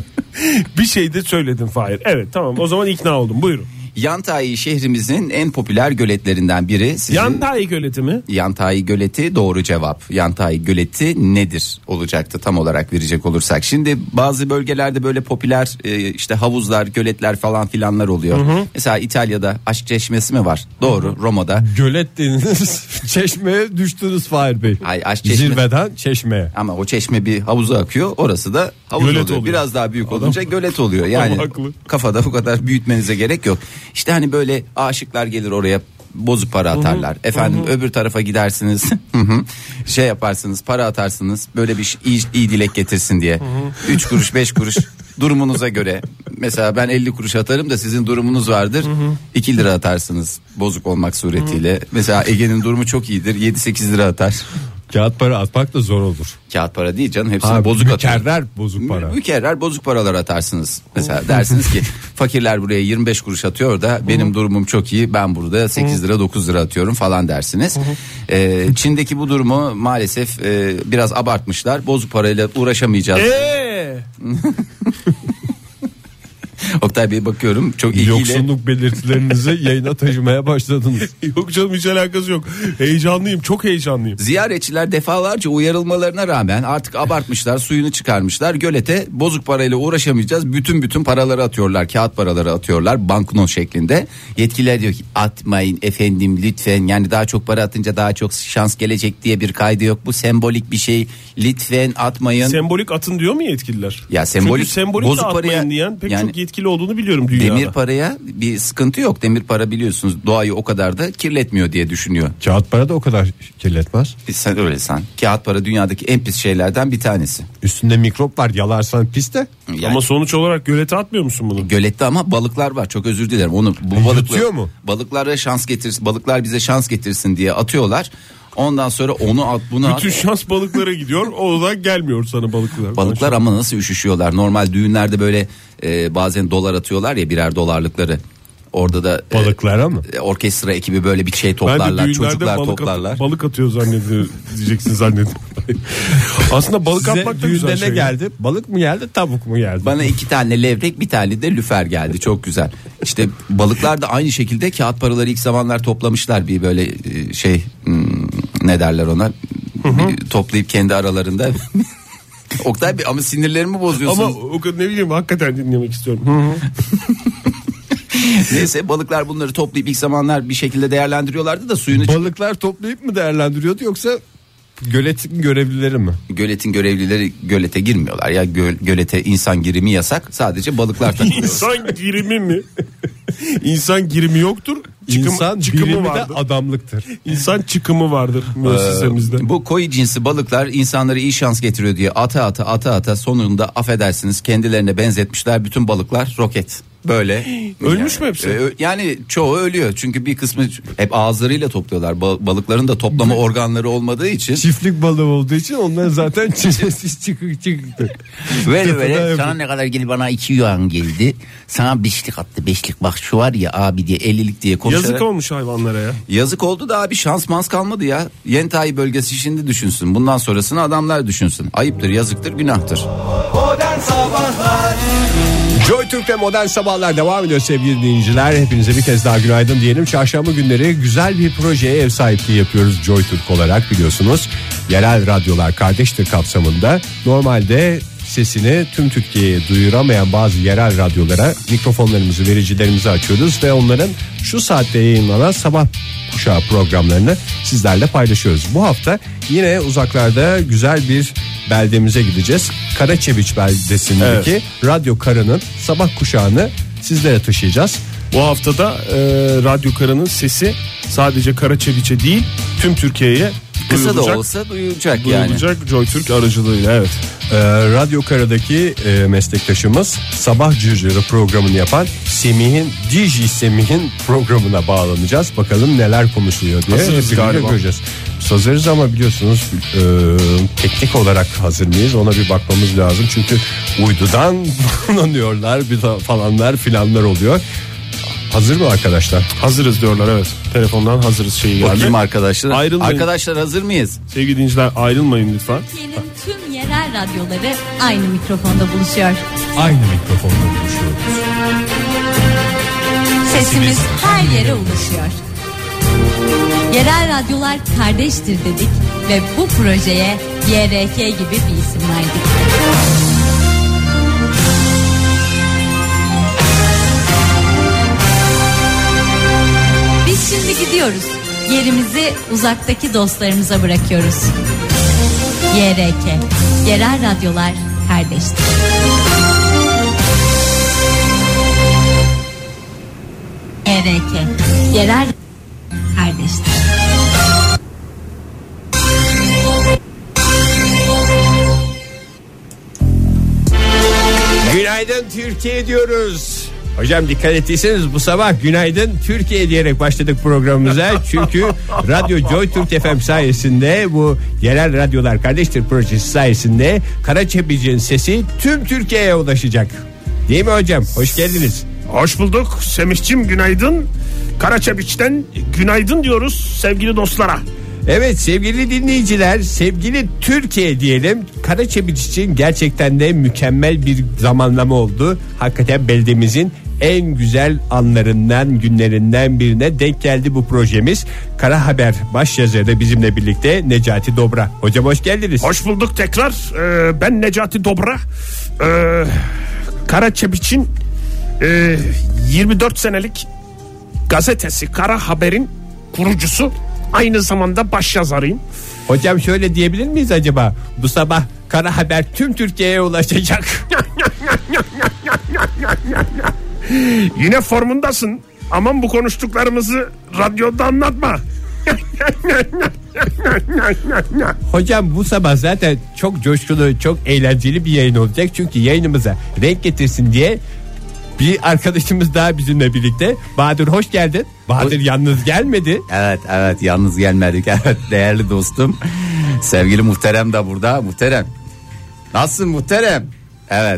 Bir şey de söyledin Fahir. Evet tamam, o zaman ikna oldum, buyurun. Yantai şehrimizin en popüler göletlerinden biri. Sizin... Yantai göleti mi? Yantai Göleti doğru cevap. Yantai Göleti nedir olacaktı tam olarak verecek olursak. Şimdi bazı bölgelerde böyle popüler e, işte havuzlar, göletler falan filanlar oluyor. Mesela İtalya'da Aşk Çeşmesi mi var? Doğru. Roma'da. Gölet dediniz. Çeşmeye düştünüz Fahir Bey. Ay, Aşk Çeşme. Zirveden çeşmeye. Ama o çeşme bir havuza akıyor. Orası da havuz Gölet oluyor. oluyor. Biraz daha büyük olunca gölet oluyor. Yani Adam haklı. kafada bu kadar büyütmenize gerek yok. İşte hani böyle aşıklar gelir oraya, bozuk para atarlar. Efendim öbür tarafa gidersiniz. Hı hı. Şey yaparsınız, para atarsınız. Böyle bir şey, iyi, iyi dilek getirsin diye. Üç kuruş, beş kuruş durumunuza göre. Mesela ben elli kuruş atarım da sizin durumunuz vardır. iki lira atarsınız bozuk olmak suretiyle. Mesela Ege'nin durumu çok iyidir. yedi sekiz lira atar. Kağıt para atmak da zor olur. Kağıt para değil canım, hepsini Ha, bozuk atıyor. mükerrer bozuk para. Mü- Mükerrer bozuk paralar atarsınız. Mesela dersiniz ki fakirler buraya yirmi beş kuruş atıyor da benim durumum çok iyi, ben burada sekiz lira dokuz lira atıyorum falan dersiniz. Ee, Çin'deki bu durumu maalesef e, biraz abartmışlar. Bozuk parayla uğraşamayacağız. Eee? Oktay Bey bakıyorum çok ilgiyle. Yoksunluk belirtilerinizi yayına taşımaya başladınız. Yok canım, hiç alakası yok. Heyecanlıyım, çok heyecanlıyım. Ziyaretçiler defalarca uyarılmalarına rağmen artık abartmışlar, suyunu çıkarmışlar. Gölete bozuk parayla uğraşamayacağız. Bütün bütün paraları atıyorlar, kağıt paraları atıyorlar banknot şeklinde. Yetkililer diyor ki atmayın efendim lütfen, yani daha çok para atınca daha çok şans gelecek diye bir kaydı yok. Bu sembolik bir şey, lütfen atmayın. Sembolik atın diyor mu yetkililer? Ya sembolik- Çünkü sembolik bozuk de atmayın paraya- diyen pek yani- çok yetkili etkili olduğunu biliyorum dünyada. Demir paraya bir sıkıntı yok. Demir para biliyorsunuz doğayı o kadar da kirletmiyor diye düşünüyor. Kağıt para da o kadar kirletmez. Sen öyle san. Kağıt para dünyadaki en pis şeylerden bir tanesi. Üstünde mikrop var, yalarsan pis de. Yani, Ama sonuç olarak gölete atmıyor musun bunu? gölette ama balıklar var. Çok özür dilerim. Onu bu balıklar mu? Balıklara şans getirsin. Balıklar bize şans getirsin diye atıyorlar. Ondan sonra onu at bunu Bütün at. şans balıklara gidiyor. O da gelmiyor sana balıklar. Balıklar ama nasıl üşüşüyorlar. Normal düğünlerde böyle e, bazen dolar atıyorlar ya, birer dolarlıkları. Orada da e, Balıklara mı? e, orkestra ekibi böyle bir şey Ben de toplarlar. düğünlerde Çocuklar balık, toplarlar. at, balık atıyor zannediyor diyeceksin zannediyorum. Aslında balık Size atmak da güzel düğünde şey. ne geldi? Balık mı geldi, tavuk mu geldi? Bana iki tane levrek, bir tane de lüfer geldi. Çok güzel. İşte balıklar da aynı şekilde kağıt paraları ilk zamanlar toplamışlar, bir böyle e, şey hmm, ne derler ona, bir toplayıp kendi aralarında. Oktay Bey ama sinirlerimi bozuyorsun. Ama o kadar ne bileyim, hakikaten dinlemek istiyorum. Neyse, balıklar bunları toplayıp ilk zamanlar bir şekilde değerlendiriyorlardı da suyunu Balıklar toplayıp mı değerlendiriyordu yoksa göletin görevlileri mi? göletin görevlileri gölete girmiyorlar ya, göl, gölete insan girimi yasak, sadece balıklar takılıyor. İnsan girimi mi? İnsan girimi yoktur. Çıkım, İnsan çıkımı birimi de vardır. adamlıktır. İnsan çıkımı vardır müessesemizde. Ee, bu koyu cinsi balıklar insanlara iyi şans getiriyor diye ata ata ata ata sonunda affedersiniz kendilerine benzetmişler bütün balıklar roket. Böyle. Ölmüş yani, mü hepsi? e, yani çoğu ölüyor çünkü bir kısmı hep ağızlarıyla topluyorlar. Ba- balıkların da toplama organları olmadığı için. Çiftlik balığı olduğu için onlar zaten çilesiz çıkık çıktı. Böyle böyle Tepeden sana ne kadar geldi, bana iki yuan geldi. Sana beşlik attı, beşlik bak şu var ya abi diye, ellilik diye konuşarak. Yazık olmuş hayvanlara ya. Yazık oldu da abi, şans mans kalmadı ya. Yentay bölgesi şimdi düşünsün. Bundan sonrasını adamlar düşünsün. Ayıptır, yazıktır, günahtır. Modern Sabahlar. Joy Türk'te Modern Sabahlar devam ediyor sevgili dinleyiciler. Hepinize bir kez daha günaydın diyelim. Çarşamba günleri güzel bir projeye ev sahipliği yapıyoruz Joy Türk olarak, biliyorsunuz. Yerel radyolar kardeştir kapsamında. Normalde sesini tüm Türkiye'ye duyuramayan bazı yerel radyolara mikrofonlarımızı, vericilerimizi açıyoruz ve onların şu saatte yayınlanan sabah kuşağı programlarını sizlerle paylaşıyoruz. Bu hafta yine uzaklarda güzel bir beldemize gideceğiz. Karaçebiç beldesindeki Evet. Radyo Kara'nın sabah kuşağını sizlere taşıyacağız. Bu haftada e, Radyo Kara'nın sesi sadece Karaçebiç'e değil tüm Türkiye'ye Kısa da duyulacak. olsa duyulacak yani. Duyulacak Joy Türk aracılığıyla, evet. Ee, Radyo Kara'daki e, meslektaşımız Sabah Cırcırı programını yapan Semih'in, D J Semih'in programına bağlanacağız. Bakalım neler konuşuluyor diye. Hazırız Hep birlikte galiba. göreceğiz. Biz hazırız ama biliyorsunuz e, teknik olarak hazır mıyız? Ona bir bakmamız lazım. Çünkü uydudan kullanıyorlar bir ta- falanlar filanlar oluyor. Hazır mı arkadaşlar? Hazırız diyorlar, evet. Telefondan hazırız şeyi geldi. Bakayım arkadaşlar. Ayrılmayın. Arkadaşlar hazır mıyız? Sevgili dinleyiciler, ayrılmayın lütfen. Türkiye'nin tüm yerel radyoları aynı mikrofonda buluşuyor. Aynı mikrofonda konuşuyoruz. Sesimiz her yere ulaşıyor. Yerel radyolar kardeştir dedik ve bu projeye Y R K gibi bir isim verdik. Biz şimdi gidiyoruz. Yerimizi uzaktaki dostlarımıza bırakıyoruz. Y R K, yerel radyolar kardeştir. Y R K, yerel kardeştir. Günaydın Türkiye diyoruz. Hocam dikkat ettiyseniz bu sabah günaydın Türkiye diyerek başladık programımıza. Çünkü Radyo Joy Türk F M sayesinde, bu yerel radyolar kardeştir projesi sayesinde Karaçebiç'in sesi tüm Türkiye'ye ulaşacak. Değil mi hocam? Hoş geldiniz. Hoş bulduk Semih'cim, günaydın. Karaçebiç'ten günaydın diyoruz sevgili dostlara. Evet sevgili dinleyiciler, sevgili Türkiye diyelim. Karaçebiç için gerçekten de mükemmel bir zamanlama oldu. Hakikaten beldemizin en güzel anlarından, günlerinden birine denk geldi bu projemiz. Kara Haber başyazarı da bizimle birlikte Necati Dobra. Hocam hoş geldiniz. Hoş bulduk tekrar. Ee, ben Necati Dobra. Ee, Karaçebiç'in e, yirmi dört senelik gazetesi Kara Haber'in kurucusu. Aynı zamanda başyazarıyım. Hocam şöyle diyebilir miyiz acaba? Bu sabah Kara Haber tüm Türkiye'ye ulaşacak. Yine formundasın. Aman bu konuştuklarımızı radyoda anlatma. Hocam bu sabah zaten çok coşkulu, çok eğlenceli bir yayın olacak. Çünkü yayınımıza renk getirsin diye bir arkadaşımız daha bizimle birlikte. Bahadır hoş geldin. Bahadır hoş... yalnız gelmedi. Evet evet yalnız gelmedik. Evet değerli dostum. Sevgili Muhterem de burada. Muhterem. Nasılsın Muhterem? Evet.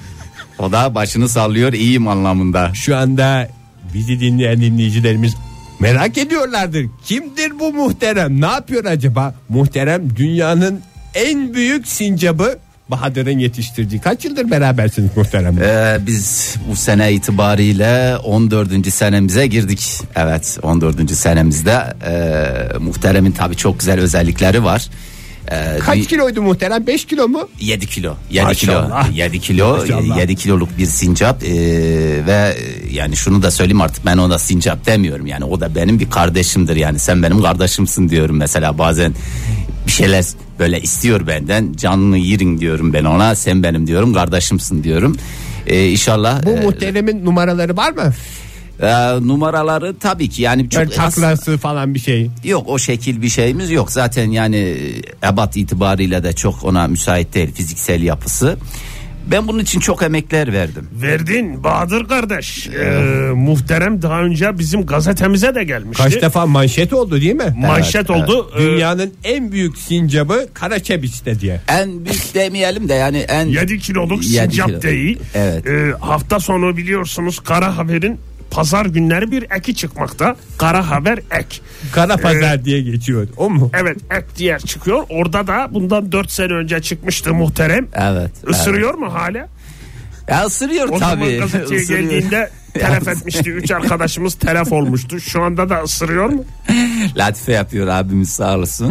O da başını sallıyor, iyiyim anlamında. Şu anda bizi dinleyen dinleyicilerimiz merak ediyorlardır. Kimdir bu Muhterem? Ne yapıyor acaba? Muhterem dünyanın en büyük sincabı. Bahadır'ın yetiştirdiği. Kaç yıldır berabersiniz Muhterem? Ee, biz bu sene itibariyle on dördüncü senemize girdik. Evet on dördüncü senemizde e, Muhterem'in tabii çok güzel özellikleri var. Ee, Kaç bir, kiloydu Muhterem? beş kilo mu? yedi kilo. yedi kilo. yedi kilo. Maşallah. yedi kiloluk bir sincap ee, ve yani şunu da söyleyeyim artık ben ona sincap demiyorum. Yani o da benim bir kardeşimdir yani sen benim kardeşimsin diyorum mesela bazen bir şeyler böyle istiyor benden canını yiyin diyorum ben ona sen benim diyorum kardeşimsin diyorum. Ee, inşallah. Bu e, Muhterem'in numaraları var mı? E, numaraları tabii ki yani çok taklası as- falan bir şey yok o şekil bir şeyimiz yok zaten yani ebat itibariyle de çok ona müsait değil fiziksel yapısı. Ben bunun için çok emekler verdim. Verdin Bahadır kardeş. Ee, Muhterem daha önce bizim gazetemize de gelmişti. Kaç defa manşet oldu değil mi? Manşet evet, oldu. Evet. Dünyanın en büyük sincabı Karaçebiç'te diye. En büyük demeyelim de yani en yedi kiloluk sincap kilo. Değil. Evet. Ee, hafta sonu biliyorsunuz Kara Haber'in pazar günleri bir eki çıkmakta. Kara Haber ek. Kara Pazar ee, diye geçiyor. O mu? Evet, ek diye çıkıyor. Orada da bundan dört sene önce çıkmıştı Muhterem. Evet. Isırıyor evet. mu hala? Ya ısırıyor o tabii. O zaman gazeteye geldiğinde telef etmişti. Üç arkadaşımız telef olmuştu. Şu anda da ısırıyor mu? Latife yapıyor abimiz sağ olsun.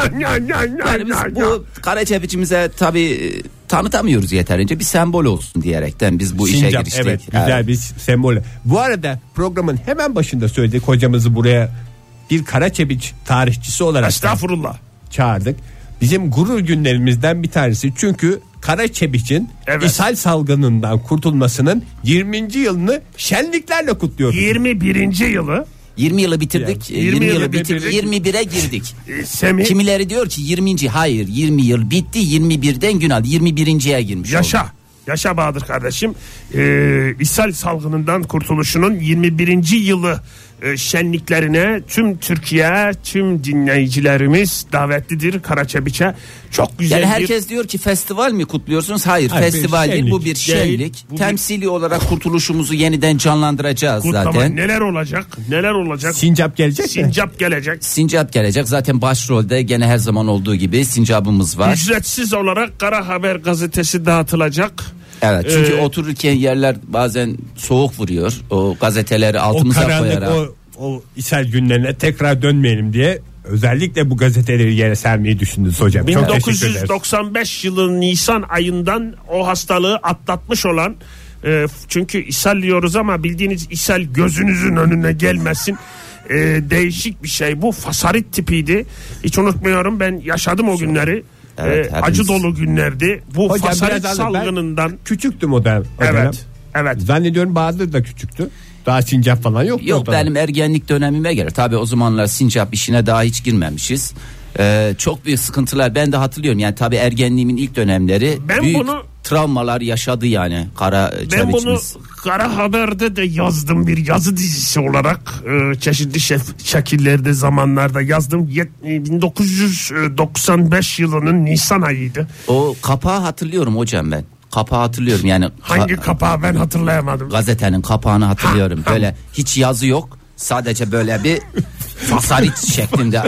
Yani biz bu Karaçebiç'imize tabii tanıtamıyoruz yeterince bir sembol olsun diyerekten biz bu Sincap, işe giriştik. Evet güzel evet. bir sembol. Bu arada programın hemen başında söyledik hocamızı buraya bir Karaçebiç tarihçisi olarak estağfurullah çağırdık. Bizim gurur günlerimizden bir tanesi çünkü Karaçebiç'in evet. ishal salgınından kurtulmasının yirminci yılını şenliklerle kutluyoruz. yirmi birinci yılı yirmi yılı bitirdik. Yani, yirmi, yirmi yılı bitirdik. yirmi bire girdik. Semih. Kimileri diyor ki yirminci hayır yirmi yıl bitti yirmi birden gün aldı. yirmi birinciye girmiş Yaşa. oldu. Yaşa Bahadır kardeşim. Ee, ishal salgınından kurtuluşunun yirmi birinci yılı e, şenliklerine tüm Türkiye, tüm dinleyicilerimiz davetlidir Karaçebiç'e. Çok güzel. Yani herkes bir... diyor ki festival mi kutluyorsunuz? Hayır, Hayır festival değil, bu bir şenlik. Değil, bu Temsili bir... olarak kurtuluşumuzu yeniden canlandıracağız Kutlama. Zaten. Neler olacak? Neler olacak? Sincap gelecek Sincap mi? Sincap gelecek. Sincap gelecek. Zaten başrolde gene her zaman olduğu gibi sincabımız var. Ücretsiz olarak Kara Haber gazetesi dağıtılacak. Evet çünkü ee, otururken yerler bazen soğuk vuruyor. O gazeteleri altımıza o karanlık, koyarak. O, o ishal günlerine tekrar dönmeyelim diye özellikle bu gazeteleri yere sermeyi düşündünüz hocam. bin dokuz yüz doksan beş yılı Nisan ayından o hastalığı atlatmış olan e, çünkü ishal diyoruz ama bildiğiniz ishal gözünüzün önüne gelmesin. E, değişik bir şey bu fasarit tipiydi. Hiç unutmuyorum ben yaşadım o günleri. Evet, ee, acı dolu günlerdi. Bu hocam, fasalit salgınından küçüktüm o dönem. Evet. Evet. Zannediyorum Bahadır da küçüktü. Daha sincap falan yok. Yok benim ergenlik dönemime göre. Tabii o zamanlar sincap işine daha hiç girmemişiz. Ee, çok büyük sıkıntılar ben de hatırlıyorum. Yani tabii ergenliğimin ilk dönemleri ben büyük bunu, travmalar yaşadı yani Kara Ben bunu Kara Haber'de de yazdım bir yazı dizisi olarak e, çeşitli şef, şekillerde zamanlarda yazdım. bin dokuz yüz doksan beş yılının Nisan ayıydı. O kapağı hatırlıyorum hocam ben. Kapağı hatırlıyorum yani. Hangi ka- kapağı ben hatırlayamadım. Gazetenin kapağını hatırlıyorum. Ha, böyle ha. Hiç yazı yok. Sadece böyle bir fasarit şeklinde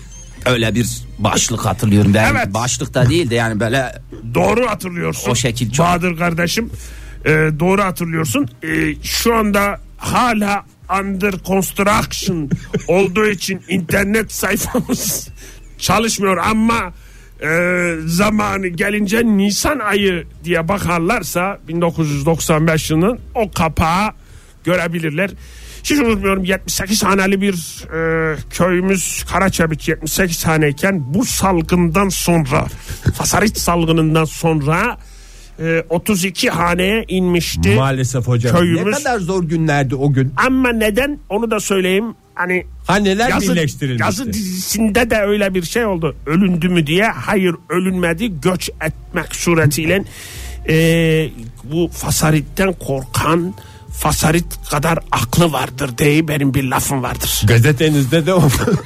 öyle bir başlık hatırlıyorum ben. Evet. Başlıkta değil de yani böyle. Doğru hatırlıyorsun. O şekil çok. Bahadır kardeşim e, doğru hatırlıyorsun. E, şu anda hala under construction olduğu için internet sayfamız çalışmıyor ama e, zamanı gelince Nisan ayı diye bakarlarsa bin dokuz yüz doksan beş yılının o kapağı görebilirler. Hiç unutmuyorum, yetmiş sekiz haneli bir e, köyümüz Karaçebiç, yetmiş sekiz haneyken bu salgından sonra, fasarit salgınından sonra e, otuz iki haneye inmişti. Maalesef hocam. Köyümüz. Ne kadar zor günlerdi o gün. Ama neden, onu da söyleyeyim. Hani Haneler yazı, birleştirilmişti. yazı dizisinde de öyle bir şey oldu. Ölündü mü diye. Hayır, ölünmedi. Göç etmek suretiyle e, bu fasaritten korkan fasarit kadar aklı vardır diye benim bir lafım vardır. Gazetenizde de o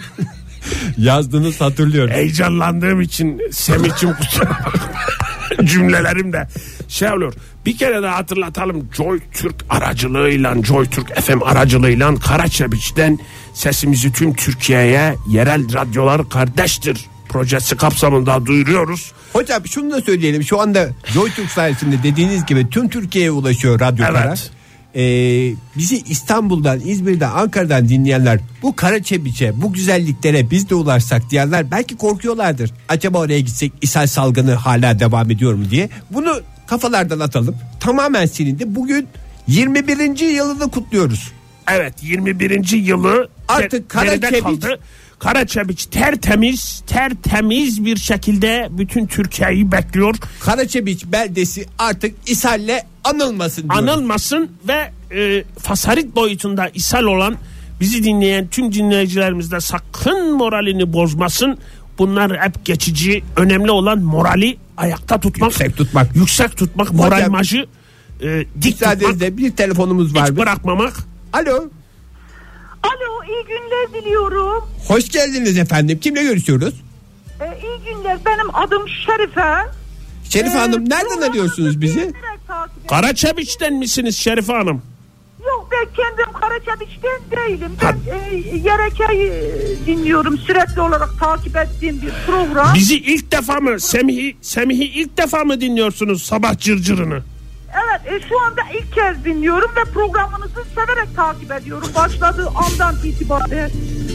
yazdınız, hatırlıyorum. Heyecanlandığım için Semih'cim kusura bakma. Cümlelerim de şey oluyor. Bir kere daha hatırlatalım. Joy Türk aracılığıyla, Joy Türk F M aracılığıyla Karaçebiç'ten sesimizi tüm Türkiye'ye, yerel radyolar kardeştir projesi kapsamında duyuruyoruz. Hocam şunu da söyleyelim. Şu anda Joy Türk sayesinde dediğiniz gibi tüm Türkiye'ye ulaşıyor radyo Evet. Kara. Ee, bizi İstanbul'dan, İzmir'den, Ankara'dan dinleyenler bu Karaçebiç'e, bu güzelliklere biz de ulaşsak diyenler belki korkuyorlardır. Acaba oraya gitsek ishal salgını hala devam ediyor mu diye. Bunu kafalardan atalım. Tamamen silindi. Bugün yirmi birinci yılını kutluyoruz. Evet, yirmi birinci yılı Artık geride Karaçebiç- kaldı. Karaçebiç tertemiz, tertemiz bir şekilde bütün Türkiye'yi bekliyor. Karaçebiç beldesi artık ishalle anılmasın diyoruz. Anılmasın ve e, fasarit boyutunda ishal olan bizi dinleyen tüm dinleyicilerimiz de sakın moralini bozmasın. Bunlar hep geçici. Önemli olan morali ayakta tutmak, Yüksek tutmak. yüksek tutmak, moral Hocam, majı e, dik tutmak, Müsaadenizle bir telefonumuz var hiç mı? bırakmamak. Alo. Alo, iyi günler diliyorum. Hoş geldiniz efendim. Kimle görüşüyoruz? Ee, iyi günler. Benim adım Şerife. Şerife Ee, Hanım, nereden programınızı arıyorsunuz bizi? beğenerek takip ediyorum. Karaçebiç'ten misiniz Şerife Hanım? Yok, ben kendim Karaçebiç'ten değilim. Ben e, Yerekey e, dinliyorum. Sürekli olarak takip ettiğim bir program. Bizi ilk defa mı Semih'i Semih'i ilk defa mı dinliyorsunuz, sabah cırcırını? Evet, e, şu anda ilk kez dinliyorum ve programınızı severek takip ediyorum. Başladığı andan itibaren.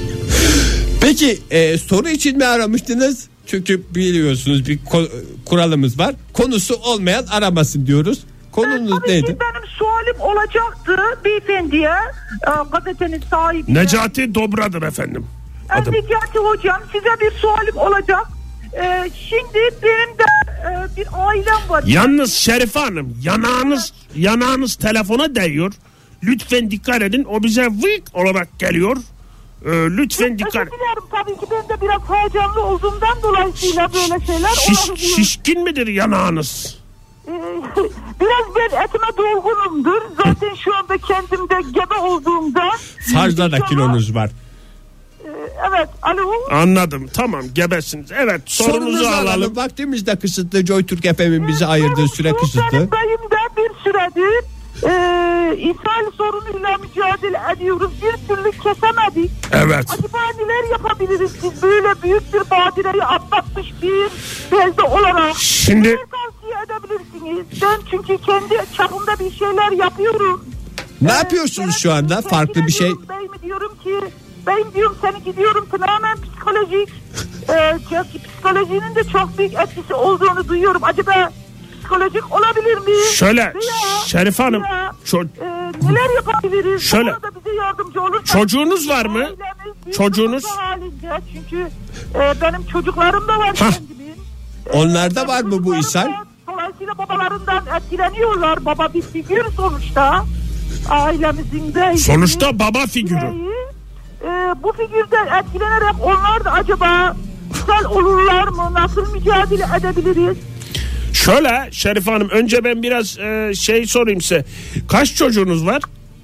Peki e, soru için mi aramıştınız? Çünkü biliyorsunuz bir ko- kuralımız var. Konusu olmayan aramasın diyoruz. Konunuz Tabii neydi? ki benim sualim olacaktı beyefendiye, e, gazetenin sahibi. Necati Dobra'dır efendim. Adım. Necati hocam, size bir sualim olacak. Ee, şimdi benim de e, bir ailem var. Yalnız Şerife Hanım, yanağınız yanağınız telefona değiyor. Lütfen dikkat edin. O bize vık olarak geliyor. Ee, lütfen dikkat. Özür dilerim, tabii ki ben de biraz heyecanlı olduğumdan dolayısıyla böyle şeyler Şiş, olabiliyor. şişkin midir yanağınız? Ee, biraz ben etime dolgunumdur. Zaten şu anda kendimde gebe olduğumda. Fazla da İnşallah- kilonuz var. Ee, evet, alo. Anladım, tamam, gebesiniz. Evet, sorunuzu Sorunuzu alalım. alalım. Vaktimiz de kısıtlı. Joy Türk F M'in bize ayırdığı süre kısıtlı. Benim dayımda bir süredir e, ishal sorunuyla mücadele ediyoruz. Bir türlü kesemedik. Evet. Acaba neler yapabiliriz biz böyle büyük bir badireyi atlatmış bir belde olarak? Şimdi- Neler tavsiye edebilirsiniz? Ben çünkü kendi çapımda bir şeyler yapıyorum. Ne Ee, yapıyorsunuz şu anda? gerekirse Farklı bir şey. diyorum, Beyim diyorum ki ben diyorum seni gidiyorum tamamen psikolojik. Ee, çünkü psikolojinin de çok büyük etkisi olduğunu duyuyorum. Acaba psikolojik olabilir mi? Şöyle, Veya- Şerife Hanım, veya, ço- e, neler yapabiliriz? Şöyle, Bu konuda bize yardımcı olur. çocuğunuz var mı? Ailemiz büyük Çocuğunuz? sıkıntı halinde. Çünkü e, benim çocuklarım da var Hah. kendimin. E, Onlarda var mı bu çocuklarım ishal? da Dolayısıyla babalarından etkileniyorlar. Baba bir figür sonuçta. Ailemizin de. Sonuçta baba figürü. Ee, bu figürden etkilenerek onlar da acaba güzel olurlar mı? Nasıl mücadele edebiliriz? Şöyle Şerife Hanım, önce ben biraz e, şey sorayım size. Kaç çocuğunuz var?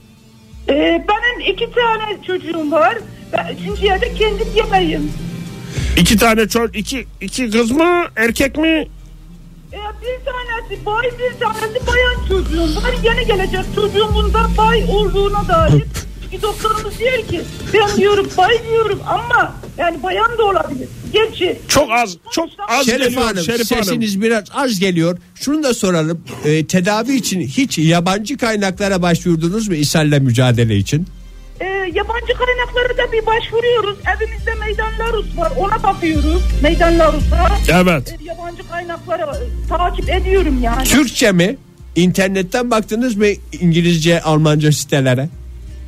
Ee, benim iki tane çocuğum var. Ben üçüncüye de kendim yemeğim. İki tane çocuk, iki, iki kız mı, erkek mi? Ee, bir tanesi bay, bir tanesi bayan çocuğum var. Yeni gelecek çocuğumun da bay olduğuna dair. Çünkü doktorumuz diyor ki ben diyorum bay diyorum ama yani bayan da olabilir. Gerçi Çok az, çok az Şerife geliyor Hanım, Şerife Hanım. sesiniz biraz az geliyor. Şunu da soralım. Ee, tedavi için hiç yabancı kaynaklara başvurdunuz mu ishalle mücadele için? Ee, yabancı kaynaklara da bir başvuruyoruz. Evimizde Meydan Larus var. Ona bakıyoruz. Meydan Larus'a. Evet. Ee, yabancı kaynakları e, takip ediyorum yani. Türkçe mi? İnternetten baktınız mı İngilizce, Almanca sitelere? Ee,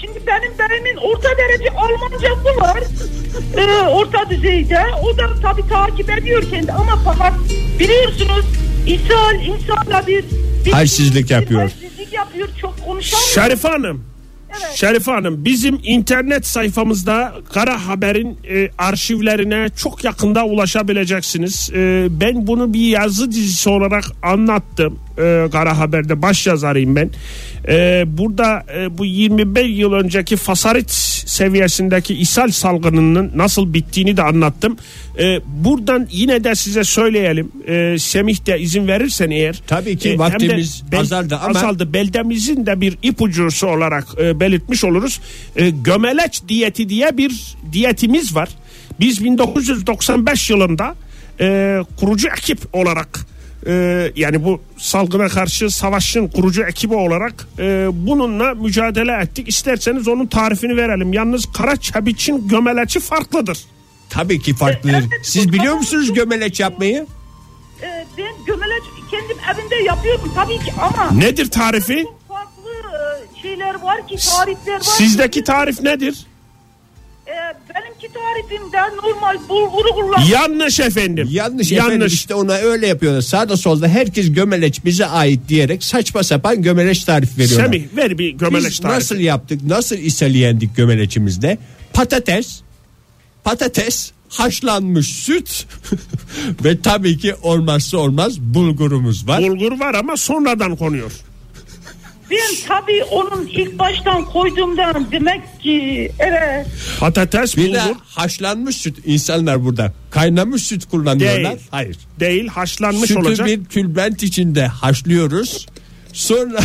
şimdi benim beyimin orta derece Almancası var. Ee, orta düzeyde. O da tabii takip ediyor kendi ama fakat biliyorsunuz İshal insanla bir, bir halsizlik yapıyor. Halsizlik yapıyor, çok konuşamıyor. Şerife Hanım. Evet. Şerife Hanım, bizim internet sayfamızda Kara Haber'in e, arşivlerine çok yakında ulaşabileceksiniz. E, ben bunu bir yazı dizisi olarak anlattım. E, Kara Haber'de baş yazarıyım ben. E, burada e, bu yirmi beş yıl önceki fasarit seviyesindeki ishal salgınının nasıl bittiğini de anlattım. E, buradan yine de size söyleyelim. E, Semih de izin verirsen eğer. Tabii ki e, vaktimiz bel, azaldı ama. Azaldı. Beldemizin de bir ipucusu olarak e, belirtmiş oluruz. E, gömeleç diyeti diye bir diyetimiz var. Biz bin dokuz yüz doksan beş yılında e, kurucu ekip olarak e, yani bu salgına karşı savaşın kurucu ekibi olarak e, bununla mücadele ettik. İsterseniz onun tarifini verelim. Yalnız kara çebiçin gömeleçi farklıdır. Tabii ki farklıdır. Siz biliyor musunuz gömeleç yapmayı? Ee, ben gömeleç kendim evimde yapıyorum tabii ki ama Nedir tarifi? farklı e, şeyler var ki, tarifler var. Sizdeki ki, tarif nedir? e, benimki tarifimde normal bulguru kullanıyorum. Yanlış efendim. Yanlış, efendim, Yanlış. işte ona öyle yapıyorlar. Sağda solda herkes gömeleç bize ait diyerek saçma sapan gömeleç tarifi veriyorlar. Semih ver bir gömeleç Biz tarifi. nasıl yaptık? Nasıl ishali yendik gömeleçimizde? Patates, patates, haşlanmış süt ve tabii ki olmazsa olmaz bulgurumuz var. Bulgur var ama sonradan konuyor. Ben tabii onun ilk baştan koyduğumdan demek ki evet. Patates, Bir bulgur de haşlanmış süt. İnsanlar burada kaynamış süt kullanıyorlar. Değil. Hayır. değil, haşlanmış Sütü olacak. bir tülbent içinde haşlıyoruz. Sonra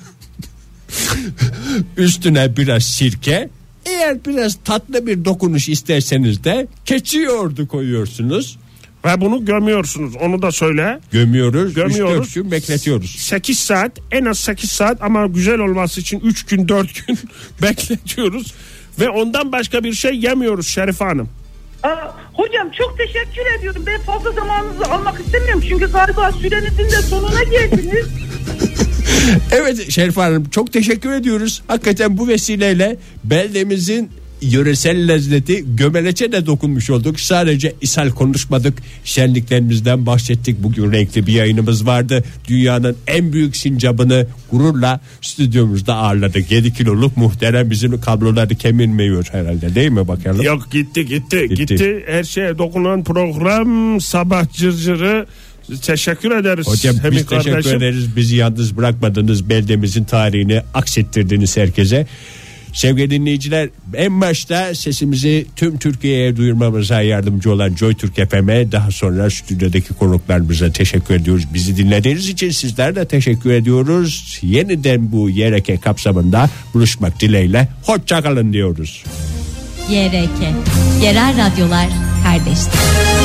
üstüne biraz sirke. Eğer biraz tatlı bir dokunuş isterseniz de keçi yoğurdu koyuyorsunuz. Ve bunu gömüyorsunuz. Onu da söyle. Gömüyoruz. Gömüyoruz. üç dört gün bekletiyoruz. sekiz saat, en az sekiz saat ama güzel olması için üç gün dört gün bekletiyoruz. Ve ondan başka bir şey yemiyoruz Şerife Hanım. Aa, hocam çok teşekkür ediyorum. Ben fazla zamanınızı almak istemiyorum. Çünkü galiba sürenizin de sonuna geldiniz. Evet Şerife Hanım, çok teşekkür ediyoruz. Hakikaten bu vesileyle beldemizin yöresel lezzeti gömeleçe de dokunmuş olduk. Sadece ishal konuşmadık. Şenliklerimizden bahsettik. Bugün renkli bir yayınımız vardı. Dünyanın en büyük sincabını gururla stüdyomuzda ağırladık. yedi kiloluk muhterem bizim kabloları kemirmiyor herhalde, değil mi bakalım? Yok gitti gitti Gitti. gitti. Her şeye dokunan program sabah cırcırı. Teşekkür ederiz. Hocam Semih biz teşekkür kardeşim. ederiz. Bizi yalnız bırakmadınız. Beldemizin tarihini aksettirdiniz herkese. Sevgili dinleyiciler, en başta sesimizi tüm Türkiye'ye duyurmamıza yardımcı olan Joy Türk F M'e, daha sonra stüdyodaki konuklarımıza teşekkür ediyoruz. Bizi dinlediğiniz için sizler de teşekkür ediyoruz. Yeniden bu Y R K kapsamında buluşmak dileğiyle hoşçakalın diyoruz. Y R K, Yerel Radyolar Kardeştir.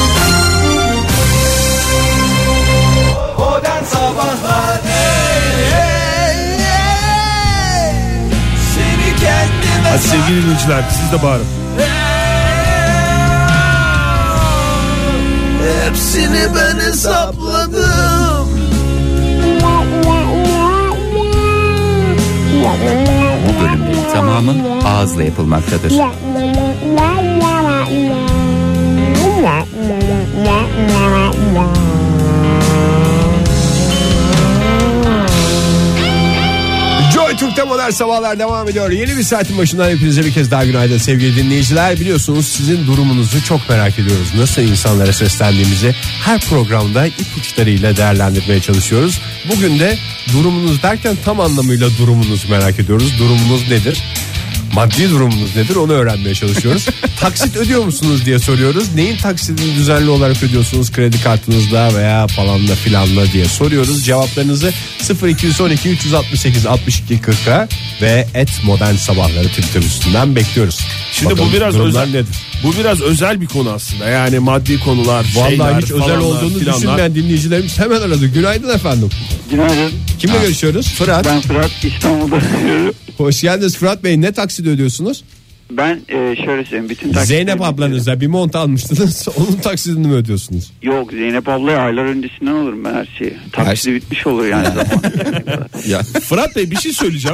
Modern Sabahlar. Seni kendime Hadi sevgili dinleyiciler, siz de bağırın. hepsini ben hesapladım. Bu bölümlerin tamamı ağızla yapılmaktadır. Joy Türk'te modern sabahlar devam ediyor. Yeni bir saatin başından hepinize bir kez daha günaydın sevgili dinleyiciler. Biliyorsunuz sizin durumunuzu çok merak ediyoruz. Nasıl insanlara seslendiğimizi her programda ipuçlarıyla değerlendirmeye çalışıyoruz. Bugün de durumunuz derken tam anlamıyla durumunuzu merak ediyoruz. Durumunuz nedir? Maddi durumunuz nedir, onu öğrenmeye çalışıyoruz. Taksit ödüyor musunuz diye soruyoruz. Neyin taksitini düzenli olarak ödüyorsunuz, kredi kartınızla veya falanla filanla diye soruyoruz. Cevaplarınızı sıfır iki on iki üç altı sekiz altmış iki kırk'a ve et modern sabahları Twitter üstünden bekliyoruz. Şimdi Bakalım bu biraz durumlar özel. nedir? Bu biraz özel bir konu aslında. Yani maddi konular, Vallahi şeyler, hiç özel falanlar, olduğunu filanlar. düşünmeyen dinleyicilerimiz hemen aradı. Günaydın efendim. Günaydın. Kimle görüşüyoruz? Fırat. Ben Fırat, İstanbul'da yaşıyorum. Hoş geldiniz Fırat Bey. Ne taksit ödüyorsunuz? Ben e, şöyle söyleyeyim. Bütün taksitlerimi- Zeynep ablanıza bir mont almıştınız. Onun taksidini mi ödüyorsunuz? Yok, Zeynep ablaya aylar öncesinden alırım ben her şeyi. Taksidi bitmiş olur yani zaman. Ya Fırat Bey bir şey söyleyeceğim.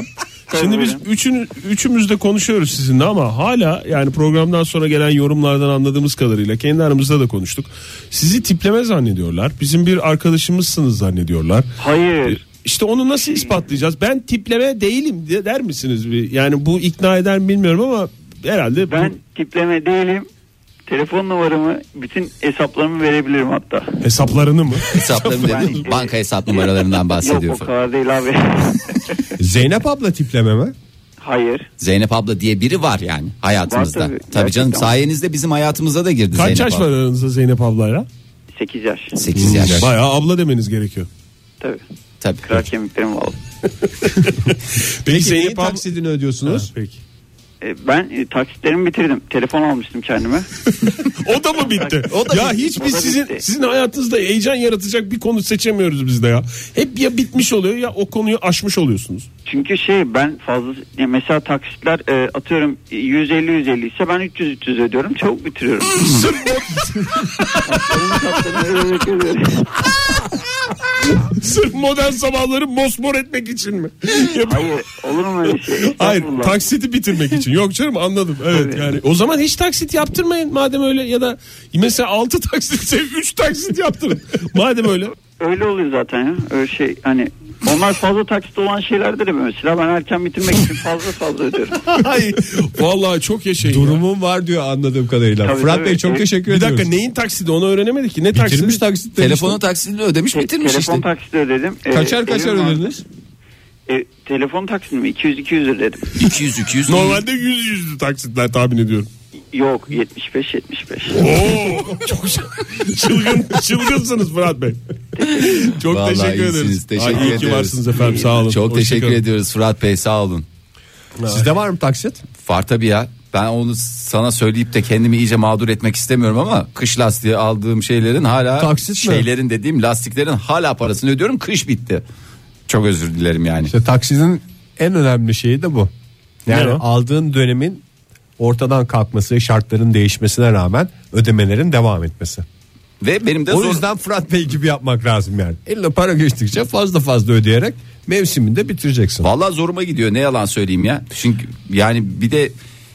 Şimdi biz üçün, üçümüz de konuşuyoruz sizinle ama hala yani programdan sonra gelen yorumlardan anladığımız kadarıyla kendi aramızda da konuştuk. Sizi tipleme zannediyorlar. Bizim bir arkadaşımızsınız zannediyorlar. Hayır. İşte onu nasıl ispatlayacağız? Ben tipleme değilim diye der misiniz? Yani bu ikna eder mi bilmiyorum ama herhalde. Ben bu... tipleme değilim. Telefon numaramı, bütün hesaplarımı verebilirim hatta. Hesaplarını mı? Hesaplarını dediğin banka hesap numaralarından bahsediyor. Yok o kadar değil abi. Zeynep abla tipleme mi? Hayır. Zeynep abla diye biri var yani hayatımızda. Var tabii. Tabii canım, Gerçekten. sayenizde bizim hayatımıza da girdi Kaç Zeynep yaş abla. var aranızda Zeynep ablayla? sekiz yaş. sekiz yaş. Bayağı abla demeniz gerekiyor. Tabii. Tabii. Kırar kemiklerim bağlı. Peki Peki Zeynep neyin abla... taksidini ödüyorsunuz? Ha, peki. E, ben e, taksitlerimi bitirdim. Telefon almıştım kendime. O da mı bitti? O da ya bitti. hiç O biz da sizin bitti. sizin hayatınızda heyecan yaratacak bir konu seçemiyoruz biz de ya. Hep ya bitmiş oluyor ya o konuyu aşmış oluyorsunuz. Çünkü şey ben fazla ya mesela taksitler e, atıyorum yüz elli yüz elli ise ben üç yüz üç yüz ödüyorum. Çabuk bitiriyorum. Sırf modern sabahları mosmor etmek için mi? Hayır, olur mu öyle şey? Hayır, Estağfurullah. taksiti bitirmek için. Yok canım, anladım. Evet Tabii. yani. O zaman hiç taksit yaptırmayın madem öyle, ya da mesela altı taksitse üç taksit yaptırın. Madem öyle. Öyle oluyor zaten ya. Öyle şey hani onlar fazla taksit olan şeylerde de mesela ben erken bitirmek için fazla fazla ödüyorum. Ay, vallahi çok yaşayın. Durumum var diyor anladığım kadarıyla. Tabii, Fırat tabii. Bey çok Evet. teşekkür Bir ediyoruz. dakika, neyin taksidi onu öğrenemedik ki. Ne Bitirmiş taksidi? taksit. Telefonun taksidini ödemiş Te- bitirmiş telefon işte. taksiti ödedim. E, Kaçar kaçar evim vardı. ödediniz? E, telefon taksiti mi? iki yüz iki yüz ödedim. iki yüz iki yüz. Normalde yüz yüzlü taksitler tahmin ediyorum. Yok yetmiş beş yetmiş beş. Oo, çok çılgın, çılgınsınız Fırat Bey. Çok Vallahi teşekkür iyisiniz, ederiz. teşekkür Ay, iyi ki ediyoruz. varsınız efendim, sağ olun. Çok Hoşça teşekkür kalın. ediyoruz Fırat Bey, sağ olun. Sizde var mı taksit? Var tabii ya. Ben onu sana söyleyip de kendimi iyice mağdur etmek istemiyorum ama kış lastiği aldığım şeylerin hala Taksit mi? şeylerin dediğim lastiklerin hala parasını ödüyorum. Kış bitti. Çok özür dilerim yani. İşte taksidin en önemli şeyi de bu. Yani Ne o? aldığın dönemin ortadan kalkması, şartların değişmesine rağmen ödemelerin devam etmesi. Ve benim de O zor... yüzden Fırat Bey gibi yapmak lazım yani. Eline para geçtikçe fazla fazla ödeyerek mevsiminde bitireceksin. Vallahi zoruma gidiyor, ne yalan söyleyeyim ya. Çünkü yani bir de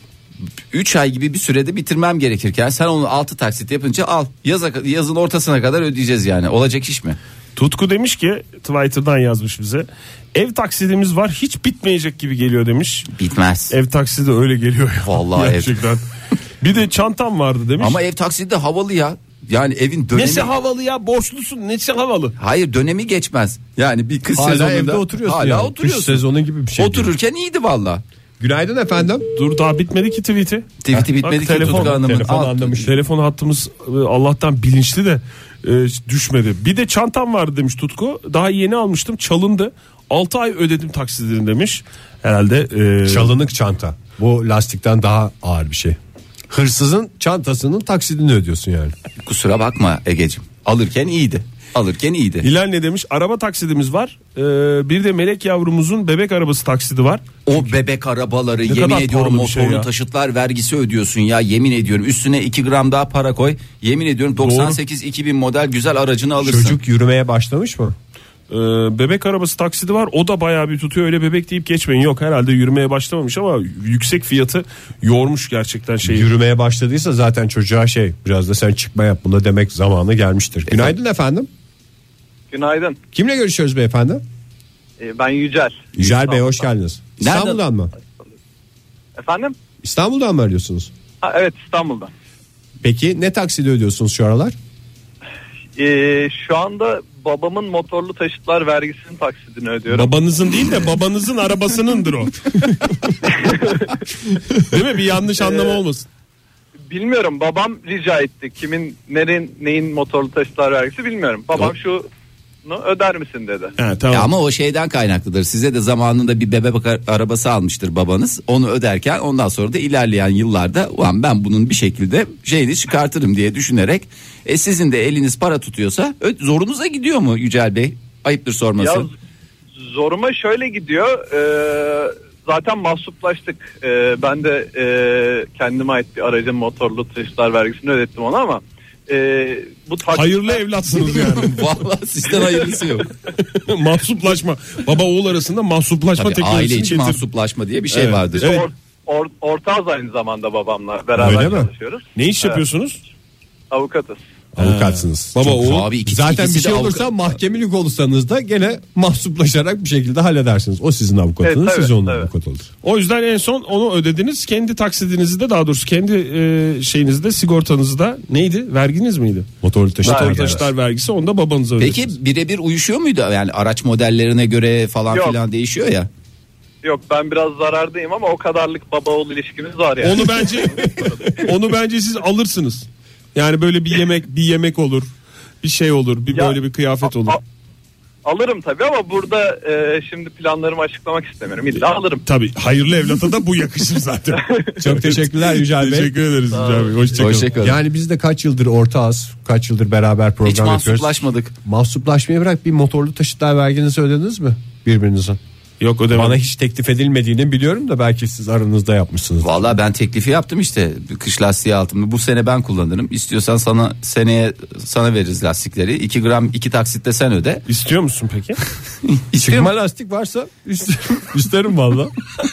üç ay gibi bir sürede bitirmem gerekirken sen onu altı taksit yapınca al yaza, yazın ortasına kadar ödeyeceğiz yani. Olacak iş mi? Tutku demiş ki, Twitter'dan yazmış bize. Ev taksidimiz var, hiç bitmeyecek gibi geliyor demiş. Bitmez. Ev taksidi öyle geliyor ya. Vallahi ev. Gerçekten. Bir de çantam vardı demiş. Ama ev taksidi de havalı ya. Yani evin dönemi... Nesi havalı ya, borçlusun, nesi havalı. Hayır, dönemi geçmez. Yani bir kış Hala sezonunda evde oturuyorsun hala yani. oturuyorsun. Kış sezonu gibi bir şey. Otururken iyiydi valla. Günaydın efendim. Dur, daha bitmedi ki tweet'i. Tweet'i bitmedi ki telefon, Tutku Hanım'ın. telefon Al- anlamış. Telefon hattımız e, Allah'tan bilinçli de e, düşmedi. Bir de çantam vardı demiş Tutku. Daha yeni almıştım, çalındı. altı ay ödedim taksidini demiş. Herhalde e, Çalınık çanta. Bu lastikten daha ağır bir şey. Hırsızın çantasının taksidini ödüyorsun yani. Kusura bakma Egeciğim. Alırken iyiydi. Alırken iyiydi. Hilal ne demiş? Araba taksidimiz var. Ee, bir de melek yavrumuzun bebek arabası taksidi var. O bebek arabaları, kadar yemin ediyorum pahalı bir şey motorlu ya. taşıtlar vergisi ödüyorsun ya, yemin ediyorum. Üstüne iki gram daha para koy. Yemin ediyorum doksan sekiz iki bin model güzel aracını alırsın. Çocuk yürümeye başlamış mı? Ee, bebek arabası taksidi var. O da bayağı bir tutuyor. Öyle bebek deyip geçmeyin. Yok, herhalde yürümeye başlamamış ama yüksek fiyatı yormuş gerçekten şeyi. Yürümeye başladıysa zaten çocuğa şey, biraz da sen çıkma yap buna demek zamanı gelmiştir. Günaydın efendim. Günaydın. Kimle görüşüyoruz beyefendi? Ee, ben Yücel. Yücel Bey, hoş geldiniz. Nereden? İstanbul'dan mı? Efendim? İstanbul'dan mı arıyorsunuz? Ha, evet, İstanbul'dan. Peki ne taksidi ödüyorsunuz şu aralar? Ee, şu anda babamın motorlu taşıtlar vergisinin taksidini ödüyorum. Babanızın değil de babanızın arabasınındır o. Değil mi? Bir yanlış anlama olmasın. Bilmiyorum, babam rica etti. Kimin nerin neyin motorlu taşıtlar vergisi bilmiyorum. Babam şu öder misin dedi. He, tamam. Ya ama o şeyden kaynaklıdır. Size de zamanında bir bebek ar- arabası almıştır babanız. Onu öderken ondan sonra da ilerleyen yıllarda ulan ben bunun bir şekilde şeyini çıkartırım diye düşünerek e sizin de eliniz para tutuyorsa ö- zorunuza gidiyor mu Yücel Bey? Ayıptır sorması. Ya zoruma şöyle gidiyor. Ee, zaten mahsuplaştık. Ee, ben de e, kendime ait bir aracın motorlu taşıtlar vergisini ödettim ona ama e, bu taksitler... Hayırlı evlatsınız yani. Vallahi sizden hayırlısı yok. Mahsuplaşma. Baba oğul arasında mahsuplaşma Tabii, teknolojisini aile içi getir. mahsuplaşma diye bir şey Evet, vardır. evet. Or, or, ortağız aynı zamanda babamla beraber Öyle mi? çalışıyoruz. Ne iş Evet. yapıyorsunuz? Avukatız. Avukatsınız. Baba Çok oğul. güzel. Abi ikisi- Zaten ikisi bir şey de olursa avukat. mahkemelik olursanız da gene mahsuplaşarak bir şekilde halledersiniz. O sizin avukatınız, Evet, tabii, siz onun tabii. avukatı olur. O yüzden en son onu ödediniz. Kendi taksidinizi de, daha doğrusu kendi e, şeyinizde, sigortanızda neydi? Verginiz miydi? Motorlu taşıtlar. Motor taşıtlar vergisi, onu da babanıza ödediniz. Peki birebir uyuşuyor muydu? Yani araç modellerine göre falan Yok. filan değişiyor ya. Yok, ben biraz zarardayım ama o kadarlık baba oğul ilişkimiz var yani. Onu bence onu bence siz alırsınız. Yani böyle bir yemek bir yemek olur. Bir şey olur. Bir Ya, böyle bir kıyafet olur. a- alırım tabii ama burada e, şimdi planlarımı açıklamak istemiyorum. İlla alırım. Tabii hayırlı evlata da bu yakışır zaten. Çok teşekkürler Yücel Bey. Teşekkür ederiz Yücel Bey. Hoşçakalın. Hoşçakalın. Yani biz de kaç yıldır ortağız, kaç yıldır beraber program Hiç yapıyoruz. mahsuplaşmadık. Mahsuplaşmayı bırak, bir motorlu taşıtlar verginizi ödediniz mi birbirinizin? Yok ödemem. Bana hiç teklif edilmediğini biliyorum da belki siz aranızda yapmışsınız. Vallahi ben teklifi yaptım işte, kış lastiği altımda. Bu sene ben kullanırım. İstiyorsan sana seneye sana veririz lastikleri. iki gram iki taksitte sen öde. İstiyor musun peki? İstiyorum. Çıkma lastik varsa isterim, isterim valla.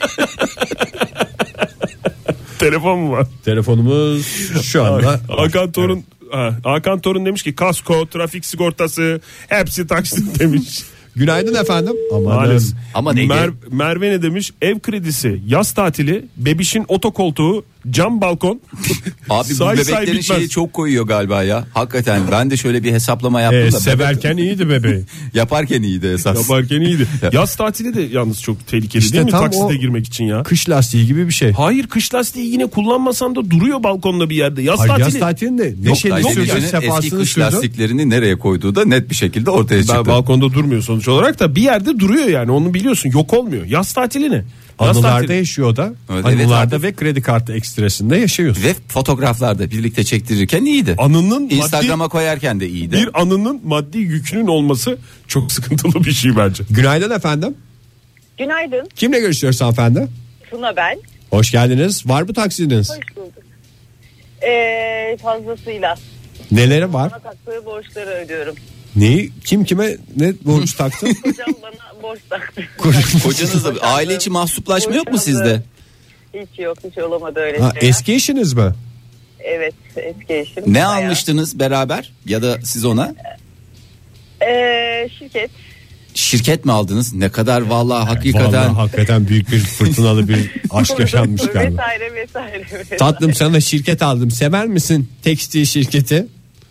Telefon mu var? Telefonumuz şu anda. Hakan Torun ha, Hakan Torun demiş ki kasko, trafik sigortası hepsi taksit demiş. Günaydın efendim. Amanın. Maalesef. Ama neydi? Mer- Merve ne demiş? Ev kredisi, yaz tatili, bebişin otokoltuğu, cam balkon. Abi bu Say say bebeklerin bitmez. şeyi çok koyuyor galiba ya. Hakikaten ben de şöyle bir hesaplama yaptım Ee, da. severken iyiydi bebeği. Yaparken iyiydi esas. Yaparken iyiydi. Yaz tatili de yalnız çok tehlikeli İşte değil mi tam taksite o- girmek için ya? Kış lastiği gibi bir şey. Hayır, kış lastiği yine kullanmasan da duruyor balkonda bir yerde. Yaz Hayır, tatili. yaz tatilinde Yok, neşeli yok sürdü, yani eski sefasını kış sürdü. lastiklerini nereye koyduğu da net bir şekilde ortaya Ben çıktı. balkonda durmuyor sonuç olarak da bir yerde duruyor yani, onu biliyorsun, yok olmuyor. Yaz tatili ne? Yaz Anılarda tatili. yaşıyor da. Evet, Anılarda evet ve kredi kartı ekstresinde yaşıyorsun. Ve fotoğraflarda birlikte çektirirken iyiydi. Anının Instagram'a maddi, koyarken de iyiydi. bir anının maddi yükünün olması çok sıkıntılı bir şey bence. Günaydın efendim. Günaydın. Kimle görüşüyoruz hanımefendi? Suna ben. Hoş geldiniz. Var mı taksidiniz? Hoş bulduk. Ee, fazlasıyla. Neleri var? Bana taktığı borçları ödüyorum. Neyi? Kim kime ne borç taktı? Hocam bana borç taktı. Kocanızla aile içi mahsuplaşma yok mu sizde? Hiç yok, hiç olamadı öyle Ha, şeyler. eski eşiniz mi? Evet, eski eşim. Ne Bayağı. almıştınız beraber ya da siz ona? Ee, şirket. Şirket mi aldınız? Ne kadar vallahi hakikaten. Vallahi hakikaten büyük bir fırtınalı bir aşk yaşanmış galiba. Vesaire vesaire. vesaire. Tatlım, sana şirket aldım. Sever misin tekstil şirketi?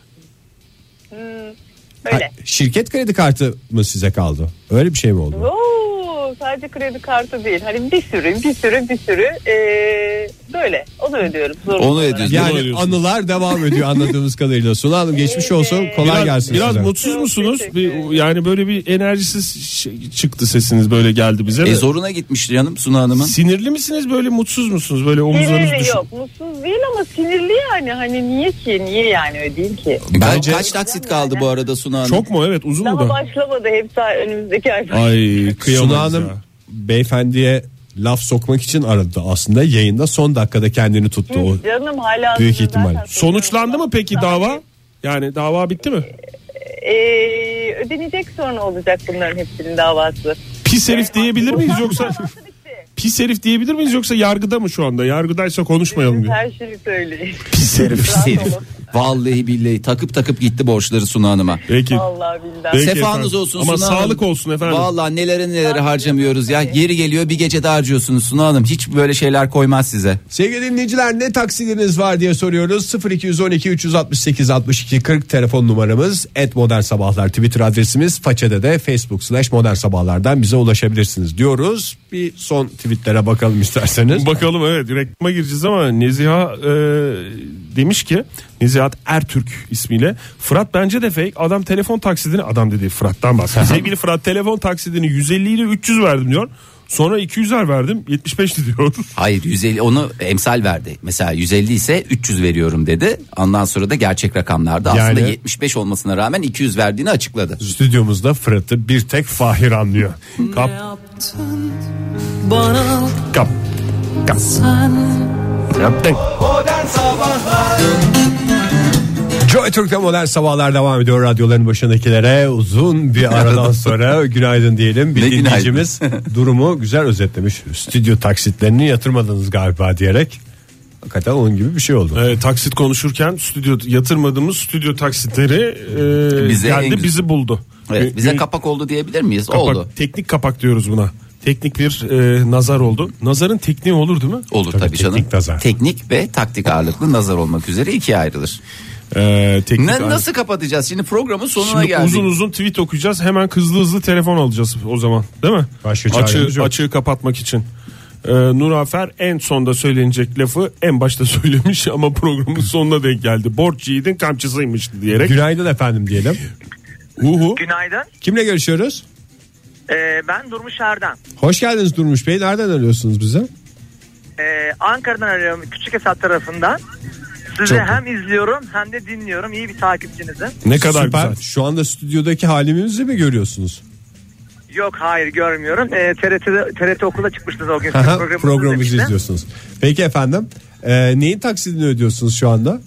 Öyle. Ha, şirket kredi kartı mı size kaldı? Öyle bir şey mi oldu? Oo, sadece kredi kartı değil. Hani bir sürü, bir sürü, bir sürü ee, böyle. Onu ödüyorum. zorunlu Onu olarak. ödüyorsun. Yani ödüyorsun. anılar devam ediyor anladığımız kadarıyla. Suna Hanım geçmiş olsun. Kolay Biraz, gelsin biraz size. mutsuz Çok musunuz? teşekkür Bir, ederim. yani böyle bir enerjisiz şey çıktı sesiniz, böyle geldi bize de. E zoruna gitmiş canım Suna Hanım'ın. Sinirli misiniz, böyle mutsuz musunuz? Böyle omuzlarınız Sinirli düşük. yok, mutsuz değil ama sinirli yani. Hani niye ki, niye yani öyle değil ki? Bence... Kaç taksit kaldı bu arada Suna Hanım? Çok mu? Evet, uzun mu Daha da? başlamadı, hepsi önümüzdeki ay. Ay kıyamam. Suna Hanım beyefendiye laf sokmak için aradı aslında. Yayında son dakikada kendini tuttu. O Canım hala büyük zaten ihtimal. zaten Sonuçlandı mı peki dava? Yani dava bitti mi? Ee, ödenecek, sonra olacak bunların hepsinin davası. Pis herif diyebilir miyiz yoksa? Pis herif diyebilir miyiz yoksa yargıda mı şu anda? Yargıdaysa konuşmayalım diyor. Her şeyi söyleyin. Pis herif, pis Rahat herif. olun. Vallahi billahi takıp takıp gitti borçları Suna Hanım'a. Peki. Vallahi billahi. Peki Sefanız efendim. olsun Ama Suna sağlık Hanım. olsun efendim. Vallahi nelere nelere harcamıyoruz ya. Yeri geliyor bir gecede harcıyorsunuz Suna Hanım. Hiç böyle şeyler koymaz size. Sevgili dinleyiciler, ne taksidiniz var diye soruyoruz. sıfır iki on iki üç altı sekiz altmış iki kırk telefon numaramız. et modern sabahlar Twitter adresimiz. Façede de Facebook slash modern sabahlardan bize ulaşabilirsiniz diyoruz. Bir son tweetlere bakalım isterseniz. Bakalım, evet, reklama gireceğiz ama Neziha e, demiş ki, Nezihat Ertürk ismiyle, Fırat bence de fake, adam telefon taksidini, adam dediği Fırat'tan bahsediyor. Sevgili Fırat, telefon taksidini yüz elli ile üç yüz verdim diyor. Sonra iki yüzer verdim, yetmiş beş diyor. Hayır, yüz elli onu emsal verdi. Mesela yüz elli ise üç yüz veriyorum dedi. Ondan sonra da gerçek rakamlarda Yani- aslında yetmiş beş olmasına rağmen iki yüz verdiğini açıkladı. Stüdyomuzda Fırat'ı bir tek Fahir anlıyor. Kap. Kap. Kap. Yaptın. Joy Türk'te modern sabahlar devam ediyor. Radyoların başındakilere uzun bir aradan sonra günaydın diyelim. Bir Ne dinleyicimiz durumu güzel özetlemiş. Stüdyo taksitlerini yatırmadınız galiba diyerek. Hakikaten onun gibi bir şey oldu. E, taksit konuşurken stüdyo yatırmadığımız stüdyo taksitleri e, Bize geldi en- bizi buldu. Evet, bize Gün- kapak oldu diyebilir miyiz? kapak, Oldu. Teknik kapak diyoruz buna. Teknik bir e, nazar oldu. Nazarın tekniği olur değil mi? Olur Tabii, tabii, canım. teknik nazar. Teknik ve taktik ağırlıklı nazar olmak üzere ikiye ayrılır. E, teknik Ne, ağırlık. nasıl kapatacağız? Şimdi programın sonuna Şimdi geldik. uzun uzun tweet okuyacağız. Hemen hızlı hızlı telefon alacağız o zaman. Değil mi? Başka çaremiz Açığı, yok. açığı kapatmak için. Ee, Nurafer en sonda söylenecek lafı en başta söylemiş ama programın sonuna denk geldi. Borç yiğidin kamçısıymış diyerek. Günaydın efendim diyelim. Uhu. Günaydın. Kimle görüşüyoruz? Ee, ben Durmuş Erden. Hoş geldiniz Durmuş Bey. Nereden arıyorsunuz bize? Ee, Ankara'dan arıyorum. Küçük Esat tarafından. Sizi Çok hem izliyorum hem de dinliyorum. İyi bir takipçinizim. Ne kadar Süper. güzel. Şu anda stüdyodaki halimizi mi görüyorsunuz? Yok hayır görmüyorum. Ee, T R T'de T R T okulda çıkmıştınız o gün. Aha, Programımızı Programımızı izlemiştim. izliyorsunuz. Peki efendim. Ee, neyin taksidini ödüyorsunuz şu anda?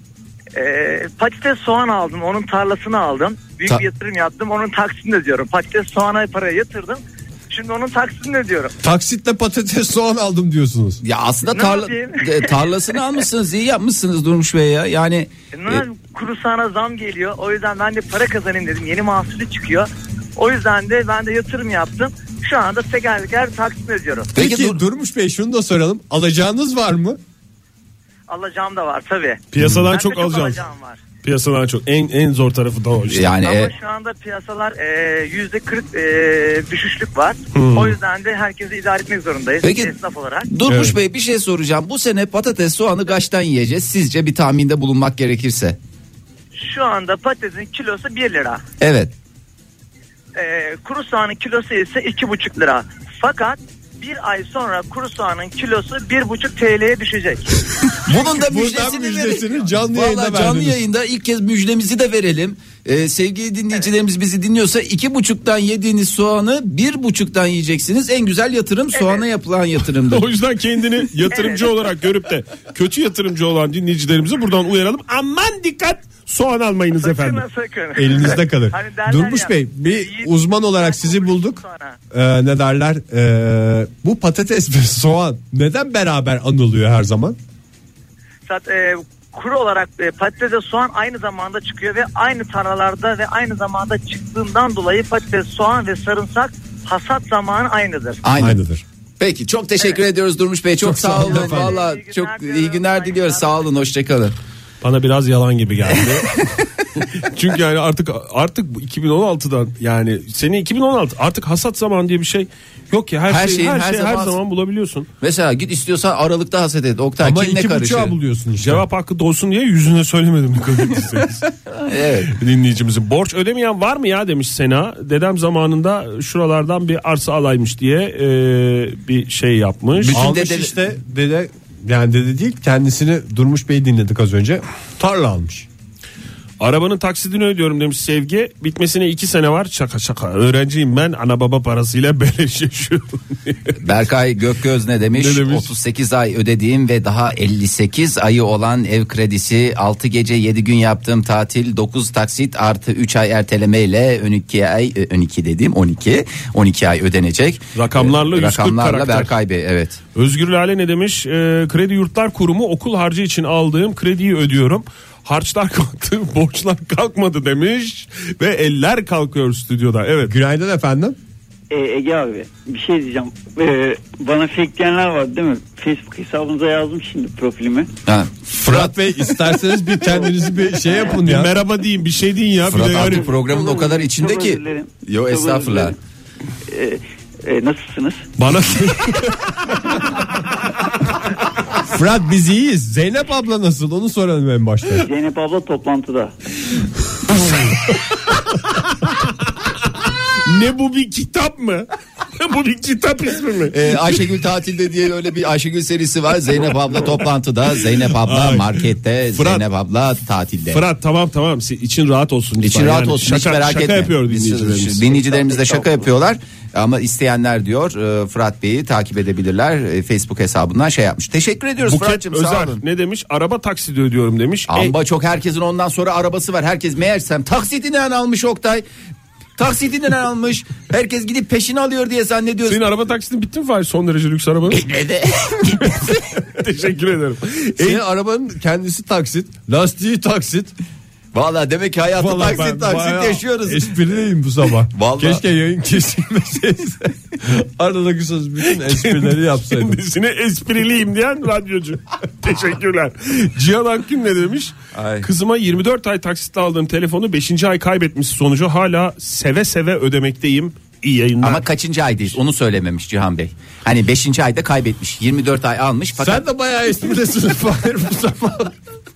Ee, patates soğan aldım. Onun tarlasını aldım. Büyük Ta- bir yatırım yaptım. Onun taksidini ödüyorum. Patates soğana paraya yatırdım. Şimdi onun taksidini ödüyorum. Taksitle patates soğan aldım diyorsunuz. Ya aslında Ne tarla, yapayım? de- tarlasını almışsınız, iyi yapmışsınız Durmuş Bey ya. Yani E, ne yapayım? Kuru soğana zam geliyor. O yüzden ben de para kazanayım dedim. Yeni mahsulü çıkıyor. O yüzden de ben de yatırım yaptım. Şu anda teker teker taksidini ödüyorum. Peki, Peki Dur- Durmuş Bey şunu da soralım. Alacağınız var mı? Alacağım da var tabii. Piyasadan Ben de çok çok alacağım. alacağım var. Piyasadan çok. En en zor tarafı da o işte. yani Ama e, şu anda piyasalar e, yüzde kırk e, düşüşlük var. O yüzden de herkesi idare etmek zorundayız. Peki. Esnaf olarak. Durmuş Evet. Bey bir şey soracağım. Bu sene patates soğanı kaçtan yiyeceğiz? Sizce bir tahminde bulunmak gerekirse. Şu anda patatesin kilosu bir lira. Evet. E, kuru soğanın kilosu ise iki buçuk lira. Fakat bir ay sonra kuru soğanın kilosu bir buçuk T L'ye düşecek. Bunun da Buradan müjdesini, müjdesini verelim. canlı Vallahi yayında canlı verdiniz. yayında ilk kez müjdemizi de verelim. Ee, sevgili dinleyicilerimiz bizi dinliyorsa iki buçuktan yediğiniz soğanı bir buçuktan yiyeceksiniz. En güzel yatırım soğana yapılan yatırımdır. O yüzden kendini yatırımcı Evet. olarak görüp de kötü yatırımcı olan dinleyicilerimizi buradan uyaralım. Aman dikkat, soğan almayınız efendim. Sakın sakın. Elinizde kalır. Hani derler Durmuş ya, Bey bir yiğit- uzman olarak sizi bulduk. Ee, ne derler? Ee, bu patates ve soğan neden beraber anılıyor her zaman? Zaten e, kuru olarak e, patates ve soğan aynı zamanda çıkıyor ve aynı tarlalarda ve aynı zamanda çıktığından dolayı patates, soğan ve sarımsak hasat zamanı aynıdır. Aynen. Aynıdır. Peki çok teşekkür ediyoruz Durmuş Bey. Çok, Çok sağ sağ olun olun. efendim. Valla İyi günler çok diliyorum. iyi günler diliyoruz. Sağ olun. Hoşçakalın. Bana biraz yalan gibi geldi. Çünkü yani artık artık iki bin on altıdan yani sene iki bin on altı artık hasat zaman diye bir şey yok ya, her, Her şey şeyin her, her şey her zaman- zaman bulabiliyorsun. Mesela git istiyorsan Aralık'ta haset et. Oktay Ama kim ne iki karışıyor? buçuğa buluyorsun işte. Cevap hakkı doğsun diye yüzüne söylemedim dikkat ettiyseniz. Evet. Dinleyicimizin borç ödemeyen var mı ya demiş Sena. Dedem zamanında şuralardan bir arsa alaymış diye e, bir şey yapmış. Bütün Almış dede- işte dede, yani dede değil, kendisini Durmuş Bey dinledik az önce. Tarla almış. Arabanın taksidini ödüyorum demiş Sevgi. Bitmesine iki sene var. Şaka şaka. Öğrenciyim ben. Ana baba parasıyla beleş yaşıyorum. Berkay Gökgöz ne demiş? Ne demiş? otuz sekiz ay ödediğim ve daha elli sekiz ayı olan ev kredisi, altı gece yedi gün yaptığım tatil, dokuz taksit artı üç ay ertelemeyle on iki ay on iki dediğim on iki on iki ay ödenecek. Rakamlarla yüz kırk Rakamlarla karakter. Berkay Bey, evet. Özgür Lale ne demiş? E, Kredi Yurtlar Kurumu okul harcı için aldığım krediyi ödüyorum. Harçlar kalktı, borçlar kalkmadı demiş ve eller kalkıyor stüdyoda. Evet. Günaydın efendim. Ee, Ege abi bir şey diyeceğim. Ee, bana fake diyenler var değil mi? Facebook hesabınıza yazdım şimdi profilimi. Ha. Fırat Bey isterseniz bir kendinizi bir şey yapın Bir ya. merhaba deyin, bir şey deyin ya. Bir Fırat de artık yani- programın o kadar içinde Çok ki. özür dilerim. Yo Çok özür estağfurullah. dilerim. Ee, e, nasılsınız? Bana Fırat biz iyiyiz. Zeynep abla nasıl, onu soralım en başta. Zeynep abla toplantıda. ne bu, bir kitap mı? Bu bir kitap ismi mi? Ee, Ayşegül tatilde diye öyle bir Ayşegül serisi var. Zeynep abla toplantıda, Zeynep abla Ay. markette, Fırat. Zeynep abla tatilde. Fırat tamam tamam için rahat olsun. lütfen. İçin rahat Yani olsun, şaka, hiç merak şaka etme. yapıyor Biz- dinleyicilerimiz. Dinleyicilerimiz de şaka yapıyorlar. Ama isteyenler diyor e, Fırat Bey'i takip edebilirler. E, Facebook hesabından şey yapmış. Teşekkür ediyoruz Buket Fırat'cığım, sağ Özer olun. ne demiş? Araba taksidi ödüyorum demiş. E, Amba çok herkesin ondan sonra arabası var. Herkes meğersem taksitinden almış Oktay. Taksitinden almış. Herkes gidip peşini alıyor diye zannediyorsun. senin araba taksidin bitti mi Fahir? Son derece lüks arabanın. Bitmedi. Teşekkür ederim. Senin arabanın kendisi taksit, lastiği taksit. Valla demek ki hayatı Vallahi taksit ben taksit bayağı yaşıyoruz. Espriliyim bu sabah. Vallahi. Keşke yayın kesilmeseydi. Aradaki söz bütün esprileri yapsaydım. Kendisine espriliyim diyen radyocu. Teşekkürler. Cihan Akgün ne demiş? Ay. Kızıma yirmi dört ay taksitle aldığım telefonu beşinci ay kaybetmiş sonucu hala seve seve ödemekteyim. İyi yayınlar. Ama kaçıncı aydayız onu söylememiş Cihan Bey. Hani beşinci ayda kaybetmiş. yirmi dört ay almış fakat Sen de bayağı espridesin Fahir bu sabah.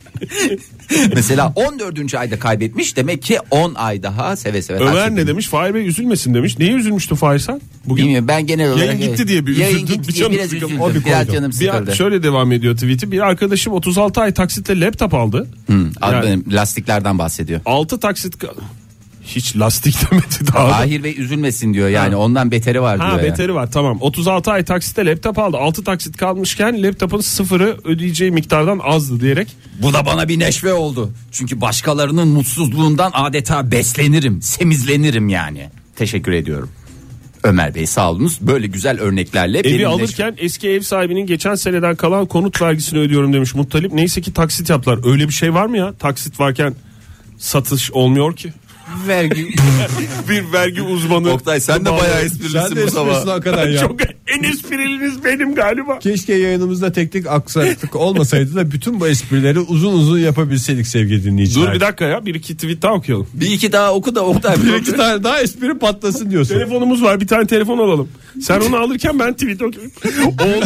mesela on dördüncü ayda kaybetmiş. Demek ki on ay daha seve seve. Ömer taksit ne demiş? Fahir Bey üzülmesin demiş. Neye üzülmüştü Fahir sen? Bugün Bilmiyorum, ben genel olarak Yayın gitti diye bir Yayın üzüldüm, gitti bir diye canım biraz sıkıldı. üzüldüm. O bir Biraz koydu. canım bir, sıkıldı. şöyle devam ediyor tweet'i. Bir arkadaşım otuz altı ay taksitle laptop aldı. Hı, al Yani- benim lastiklerden bahsediyor. altı taksit ka- hiç lastik demedi daha. da. Tahir Bey üzülmesin diyor yani, ondan beteri var diyor. Ha ya. beteri var, tamam. otuz altı ay taksitte laptop aldı. altı taksit kalmışken laptopun sıfırı ödeyeceği miktardan azdı diyerek. Bu da bana bir neşve oldu. Çünkü başkalarının mutsuzluğundan adeta beslenirim, semizlenirim yani. Teşekkür ediyorum. Ömer Bey sağ olunuz. Böyle güzel örneklerle. Evi benimle- alırken eski ev sahibinin geçen seneden kalan konut vergisini ödüyorum demiş Muttalip. Neyse ki taksit yaptılar. Öyle bir şey var mı ya? Taksit varken satış olmuyor ki. vergi. Bir vergi uzmanı. Oktay sen de bayağı esprilisin Sen de bu sabah. esprisin hakikaten ya. Çok en espriliniz benim galiba. Keşke yayınımızda teknik aksaklık olmasaydı da bütün bu esprileri uzun uzun yapabilseydik sevgili dinleyiciler. Dur bir dakika ya, bir iki tweet daha okuyalım. Bir iki daha oku da Oktay. Bir iki tane daha espri patlasın diyorsun. Telefonumuz var, bir tane telefon alalım. Sen onu alırken ben tweet okuyayım. Oğlum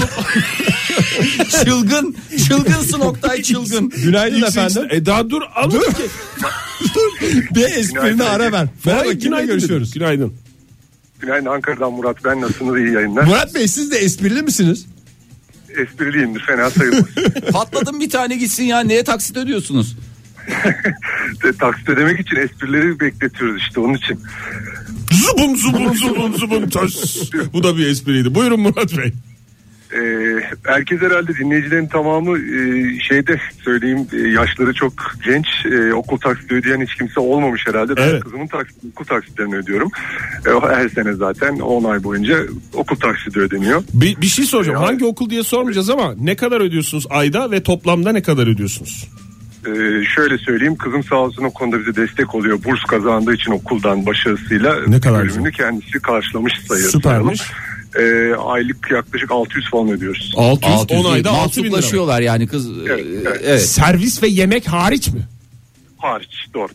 Çılgın. Çılgınsın Oktay, çılgın. Günaydın efendim. E daha dur al. Dur. Bir esprini ara ver. Merhaba, kimle Günaydın görüşüyoruz? dedim. Günaydın. Günaydın, Ankara'dan Murat, ben nasılsınız, iyi yayınlar. Murat Bey siz de esprili misiniz? Espriliyimdir, fena sayılmaz. Patladım bir tane gitsin ya, neye taksit ödüyorsunuz? E, Taksit ödemek için esprileri bekletiyoruz işte, onun için. Zubum zubum zubum zubum taş. Bu da bir espriydi. Buyurun Murat Bey. E, herkes herhalde, dinleyicilerin tamamı e, şeyde söyleyeyim, e, yaşları çok genç, e, okul taksiti ödeyen hiç kimse olmamış herhalde. Ben Evet. kızımın taksit, okul taksitlerini ödüyorum. E, her sene zaten on ay boyunca okul taksiti ödeniyor. Bir, bir şey soracağım. Ya- Hangi okul diye sormayacağız ama ne kadar ödüyorsunuz ayda ve toplamda ne kadar ödüyorsunuz? Ee, şöyle söyleyeyim, kızım sağ olsun o konuda bize destek oluyor. Burs kazandığı için okuldan başarısıyla Ne kadar bölümünü kendisi karşılamış sayılır. Süpermiş. Ee, aylık yaklaşık altı yüz falan ödüyoruz. altı yüz, altı yüz on ayda değil, altı bin lira. mahsuplaşıyorlar yani kız. Evet, e, evet. evet. Servis ve yemek hariç mi? Hariç, doğrudur.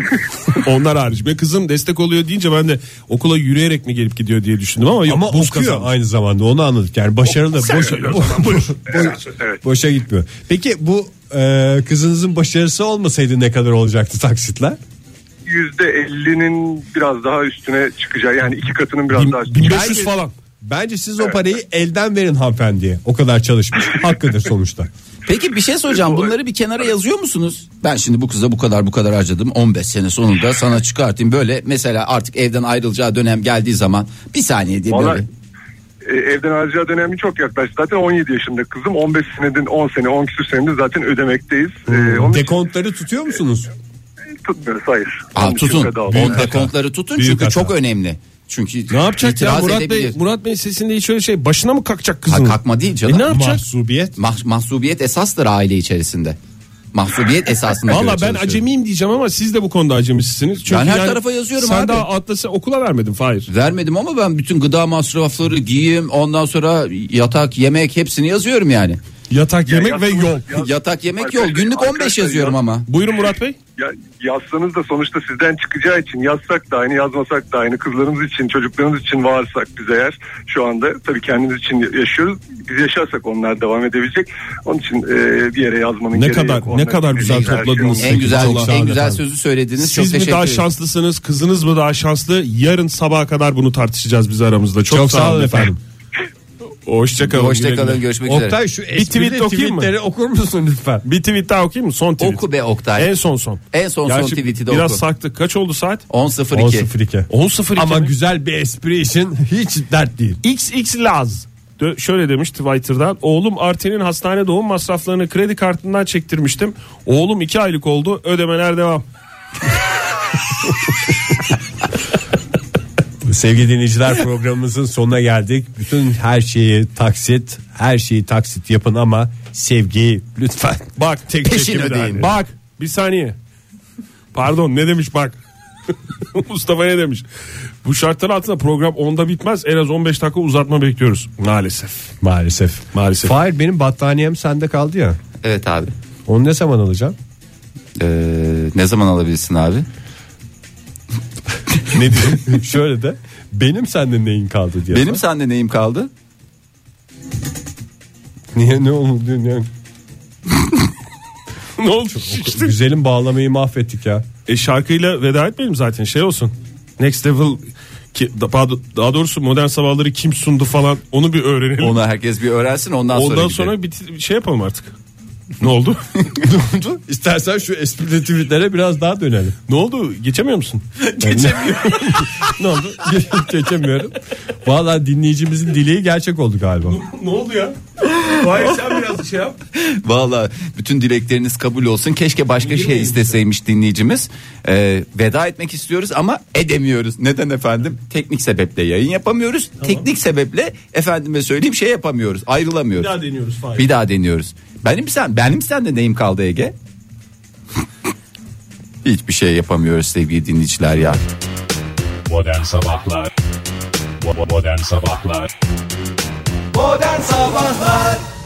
Onlar hariç. Ve kızım destek oluyor deyince ben de okula yürüyerek mi gelip gidiyor diye düşündüm ama yok. Ama burs okuyor kazanmış. aynı zamanda, onu anladık. Yani başarılı. Sen Boş, söyle o zaman, buyur. Evet. boşa gitmiyor. Peki bu e, kızınızın başarısı olmasaydı ne kadar olacaktı taksitler? yüzde ellinin biraz daha üstüne çıkacağı, yani iki katının biraz daha üstüne. bin beş yüz falan. Bence siz o parayı elden verin hanımefendiye. O kadar çalışmış. Hakkıdır sonuçta. Peki bir şey soracağım, bunları bir kenara yazıyor musunuz? Ben şimdi bu kıza bu kadar bu kadar harcadım, on beş sene sonunda sana çıkartayım böyle, mesela artık evden ayrılacağı dönem geldiği zaman bir saniye diye Vallahi, böyle. e, evden harcayacağı dönemi çok yaklaştı. Zaten on yedi yaşında kızım, on beş senedir, on sene, on küsur senedir zaten ödemekteyiz. Ee, onun için Dekontları tutuyor musunuz? tutmuyoruz, hayır. Aa, Onun için tutun, feda o olsun. dekontları tutun Büyük çünkü hata. çok önemli. Çünkü Ne yapacak ya itiraz Murat Bey? edebilir. Murat Bey sesinde hiç öyle şey. Başına mı kalkacak Ha, kızın? kalkma değil canım. E ne yapacak? Mahsubiyet. Mah- mahsubiyet esastır aile içerisinde. Mahsubiyet esasında. Valla göre ben çalışıyorum. acemiyim diyeceğim ama siz de bu konuda acemisiniz. Çünkü Ben her yani tarafa yazıyorum sen abi. daha atlasa okula vermedin Fahir. Vermedim ama ben bütün gıda masrafları, giyim, ondan sonra yatak, yemek hepsini yazıyorum yani. Yatak, yemek ve yatağımız- yol. Ya- Yatak, yemek, Arkadaşlar- yol. Günlük on beş arkadaşlar yazıyorum ya- ama. Buyurun Murat Bey. ya, yazsanız da sonuçta sizden çıkacağı için yazsak da aynı, yazmasak da aynı, kızlarımız için, çocuklarımız için varsak biz eğer şu anda tabii kendimiz için yaşıyoruz. Biz yaşarsak onlar devam edebilecek. Onun için e, bir yere yazmanın ne gereği kadar yok. ne Onlar kadar güzel her topladınız. şey En güzel Çok en güzel efendim. sözü söylediniz. Çok Siz mi teşekkür daha ederim. şanslısınız, kızınız mı daha şanslı? Yarın sabaha kadar bunu tartışacağız biz aramızda. Çok, Çok sağ olun efendim. Hoşçakalın. Hoşçakalın, görüşmek üzere. Oktay şu Bir esprili tweet okuyayım mı? tweetleri okur musun lütfen? Bir tweet daha okuyayım mı? Son tweet. Oku be Oktay. En son son. En son son Gerçi tweet'i de biraz oku. saktık. Kaç oldu saat? on sıfır on iki. sıfır iki. on sıfır iki Ama mi? güzel bir espri için hiç dert değil. X X Laz Dö- şöyle demiş Twitter'dan. Oğlum Arten'in hastane doğum masraflarını kredi kartından çektirmiştim. Oğlum iki aylık oldu. Ödemeler devam. Sevgili dinleyiciler, programımızın sonuna geldik. Bütün her şeyi taksit, her şeyi taksit yapın ama sevgiyi lütfen. Bak tek Peşin çekimi de ödeyin. aynı. Bak bir saniye. Pardon ne demiş bak. Mustafa ne demiş? Bu şartlar altında program onda bitmez. En az on beş dakika uzatma bekliyoruz. Maalesef. Maalesef. Maalesef. Fahir, benim battaniyem sende kaldı ya. Evet abi. Onu ne zaman alacağım? Ee, ne zaman alabilirsin abi? Ne diyeyim? Şöyle de benim sende neyin kaldı diye. Benim sende neyim kaldı? Niye, ne oldu yani? Ne oldu? Şiştin. Güzelim bağlamayı mahvettik ya. E şarkıyla veda etmeyelim zaten, şey olsun. Next Level ki, daha, daha doğrusu Modern Sabahları kim sundu falan, onu bir öğrenelim. Onu herkes bir öğrensin, ondan, Ondan sonra sonra bir bir şey yapalım artık. Ne oldu? Ne oldu? İstersen şu esprili tweetlere biraz daha dönelim. Ne oldu? Geçemiyor musun? Geçemiyorum. Ne oldu? Geçemiyorum. Vallahi dinleyicimizin dileği gerçek oldu galiba. Ne oldu ya? Hayır sen biraz şey yap. Valla bütün dilekleriniz kabul olsun. Keşke başka şey isteseymiş dinleyicimiz. Ee, veda etmek istiyoruz ama edemiyoruz. Neden efendim? Teknik sebeple yayın yapamıyoruz. Tamam. Teknik sebeple efendime söyleyeyim şey yapamıyoruz. Ayrılamıyoruz. Bir daha deniyoruz Fahir. Bir daha deniyoruz. Benim sen benim sende neyim kaldı Ege? Hiçbir şey yapamıyoruz sevgili dinleyiciler ya. Modern Sabahlar Bo- Modern Sabahlar Modern Sabahlar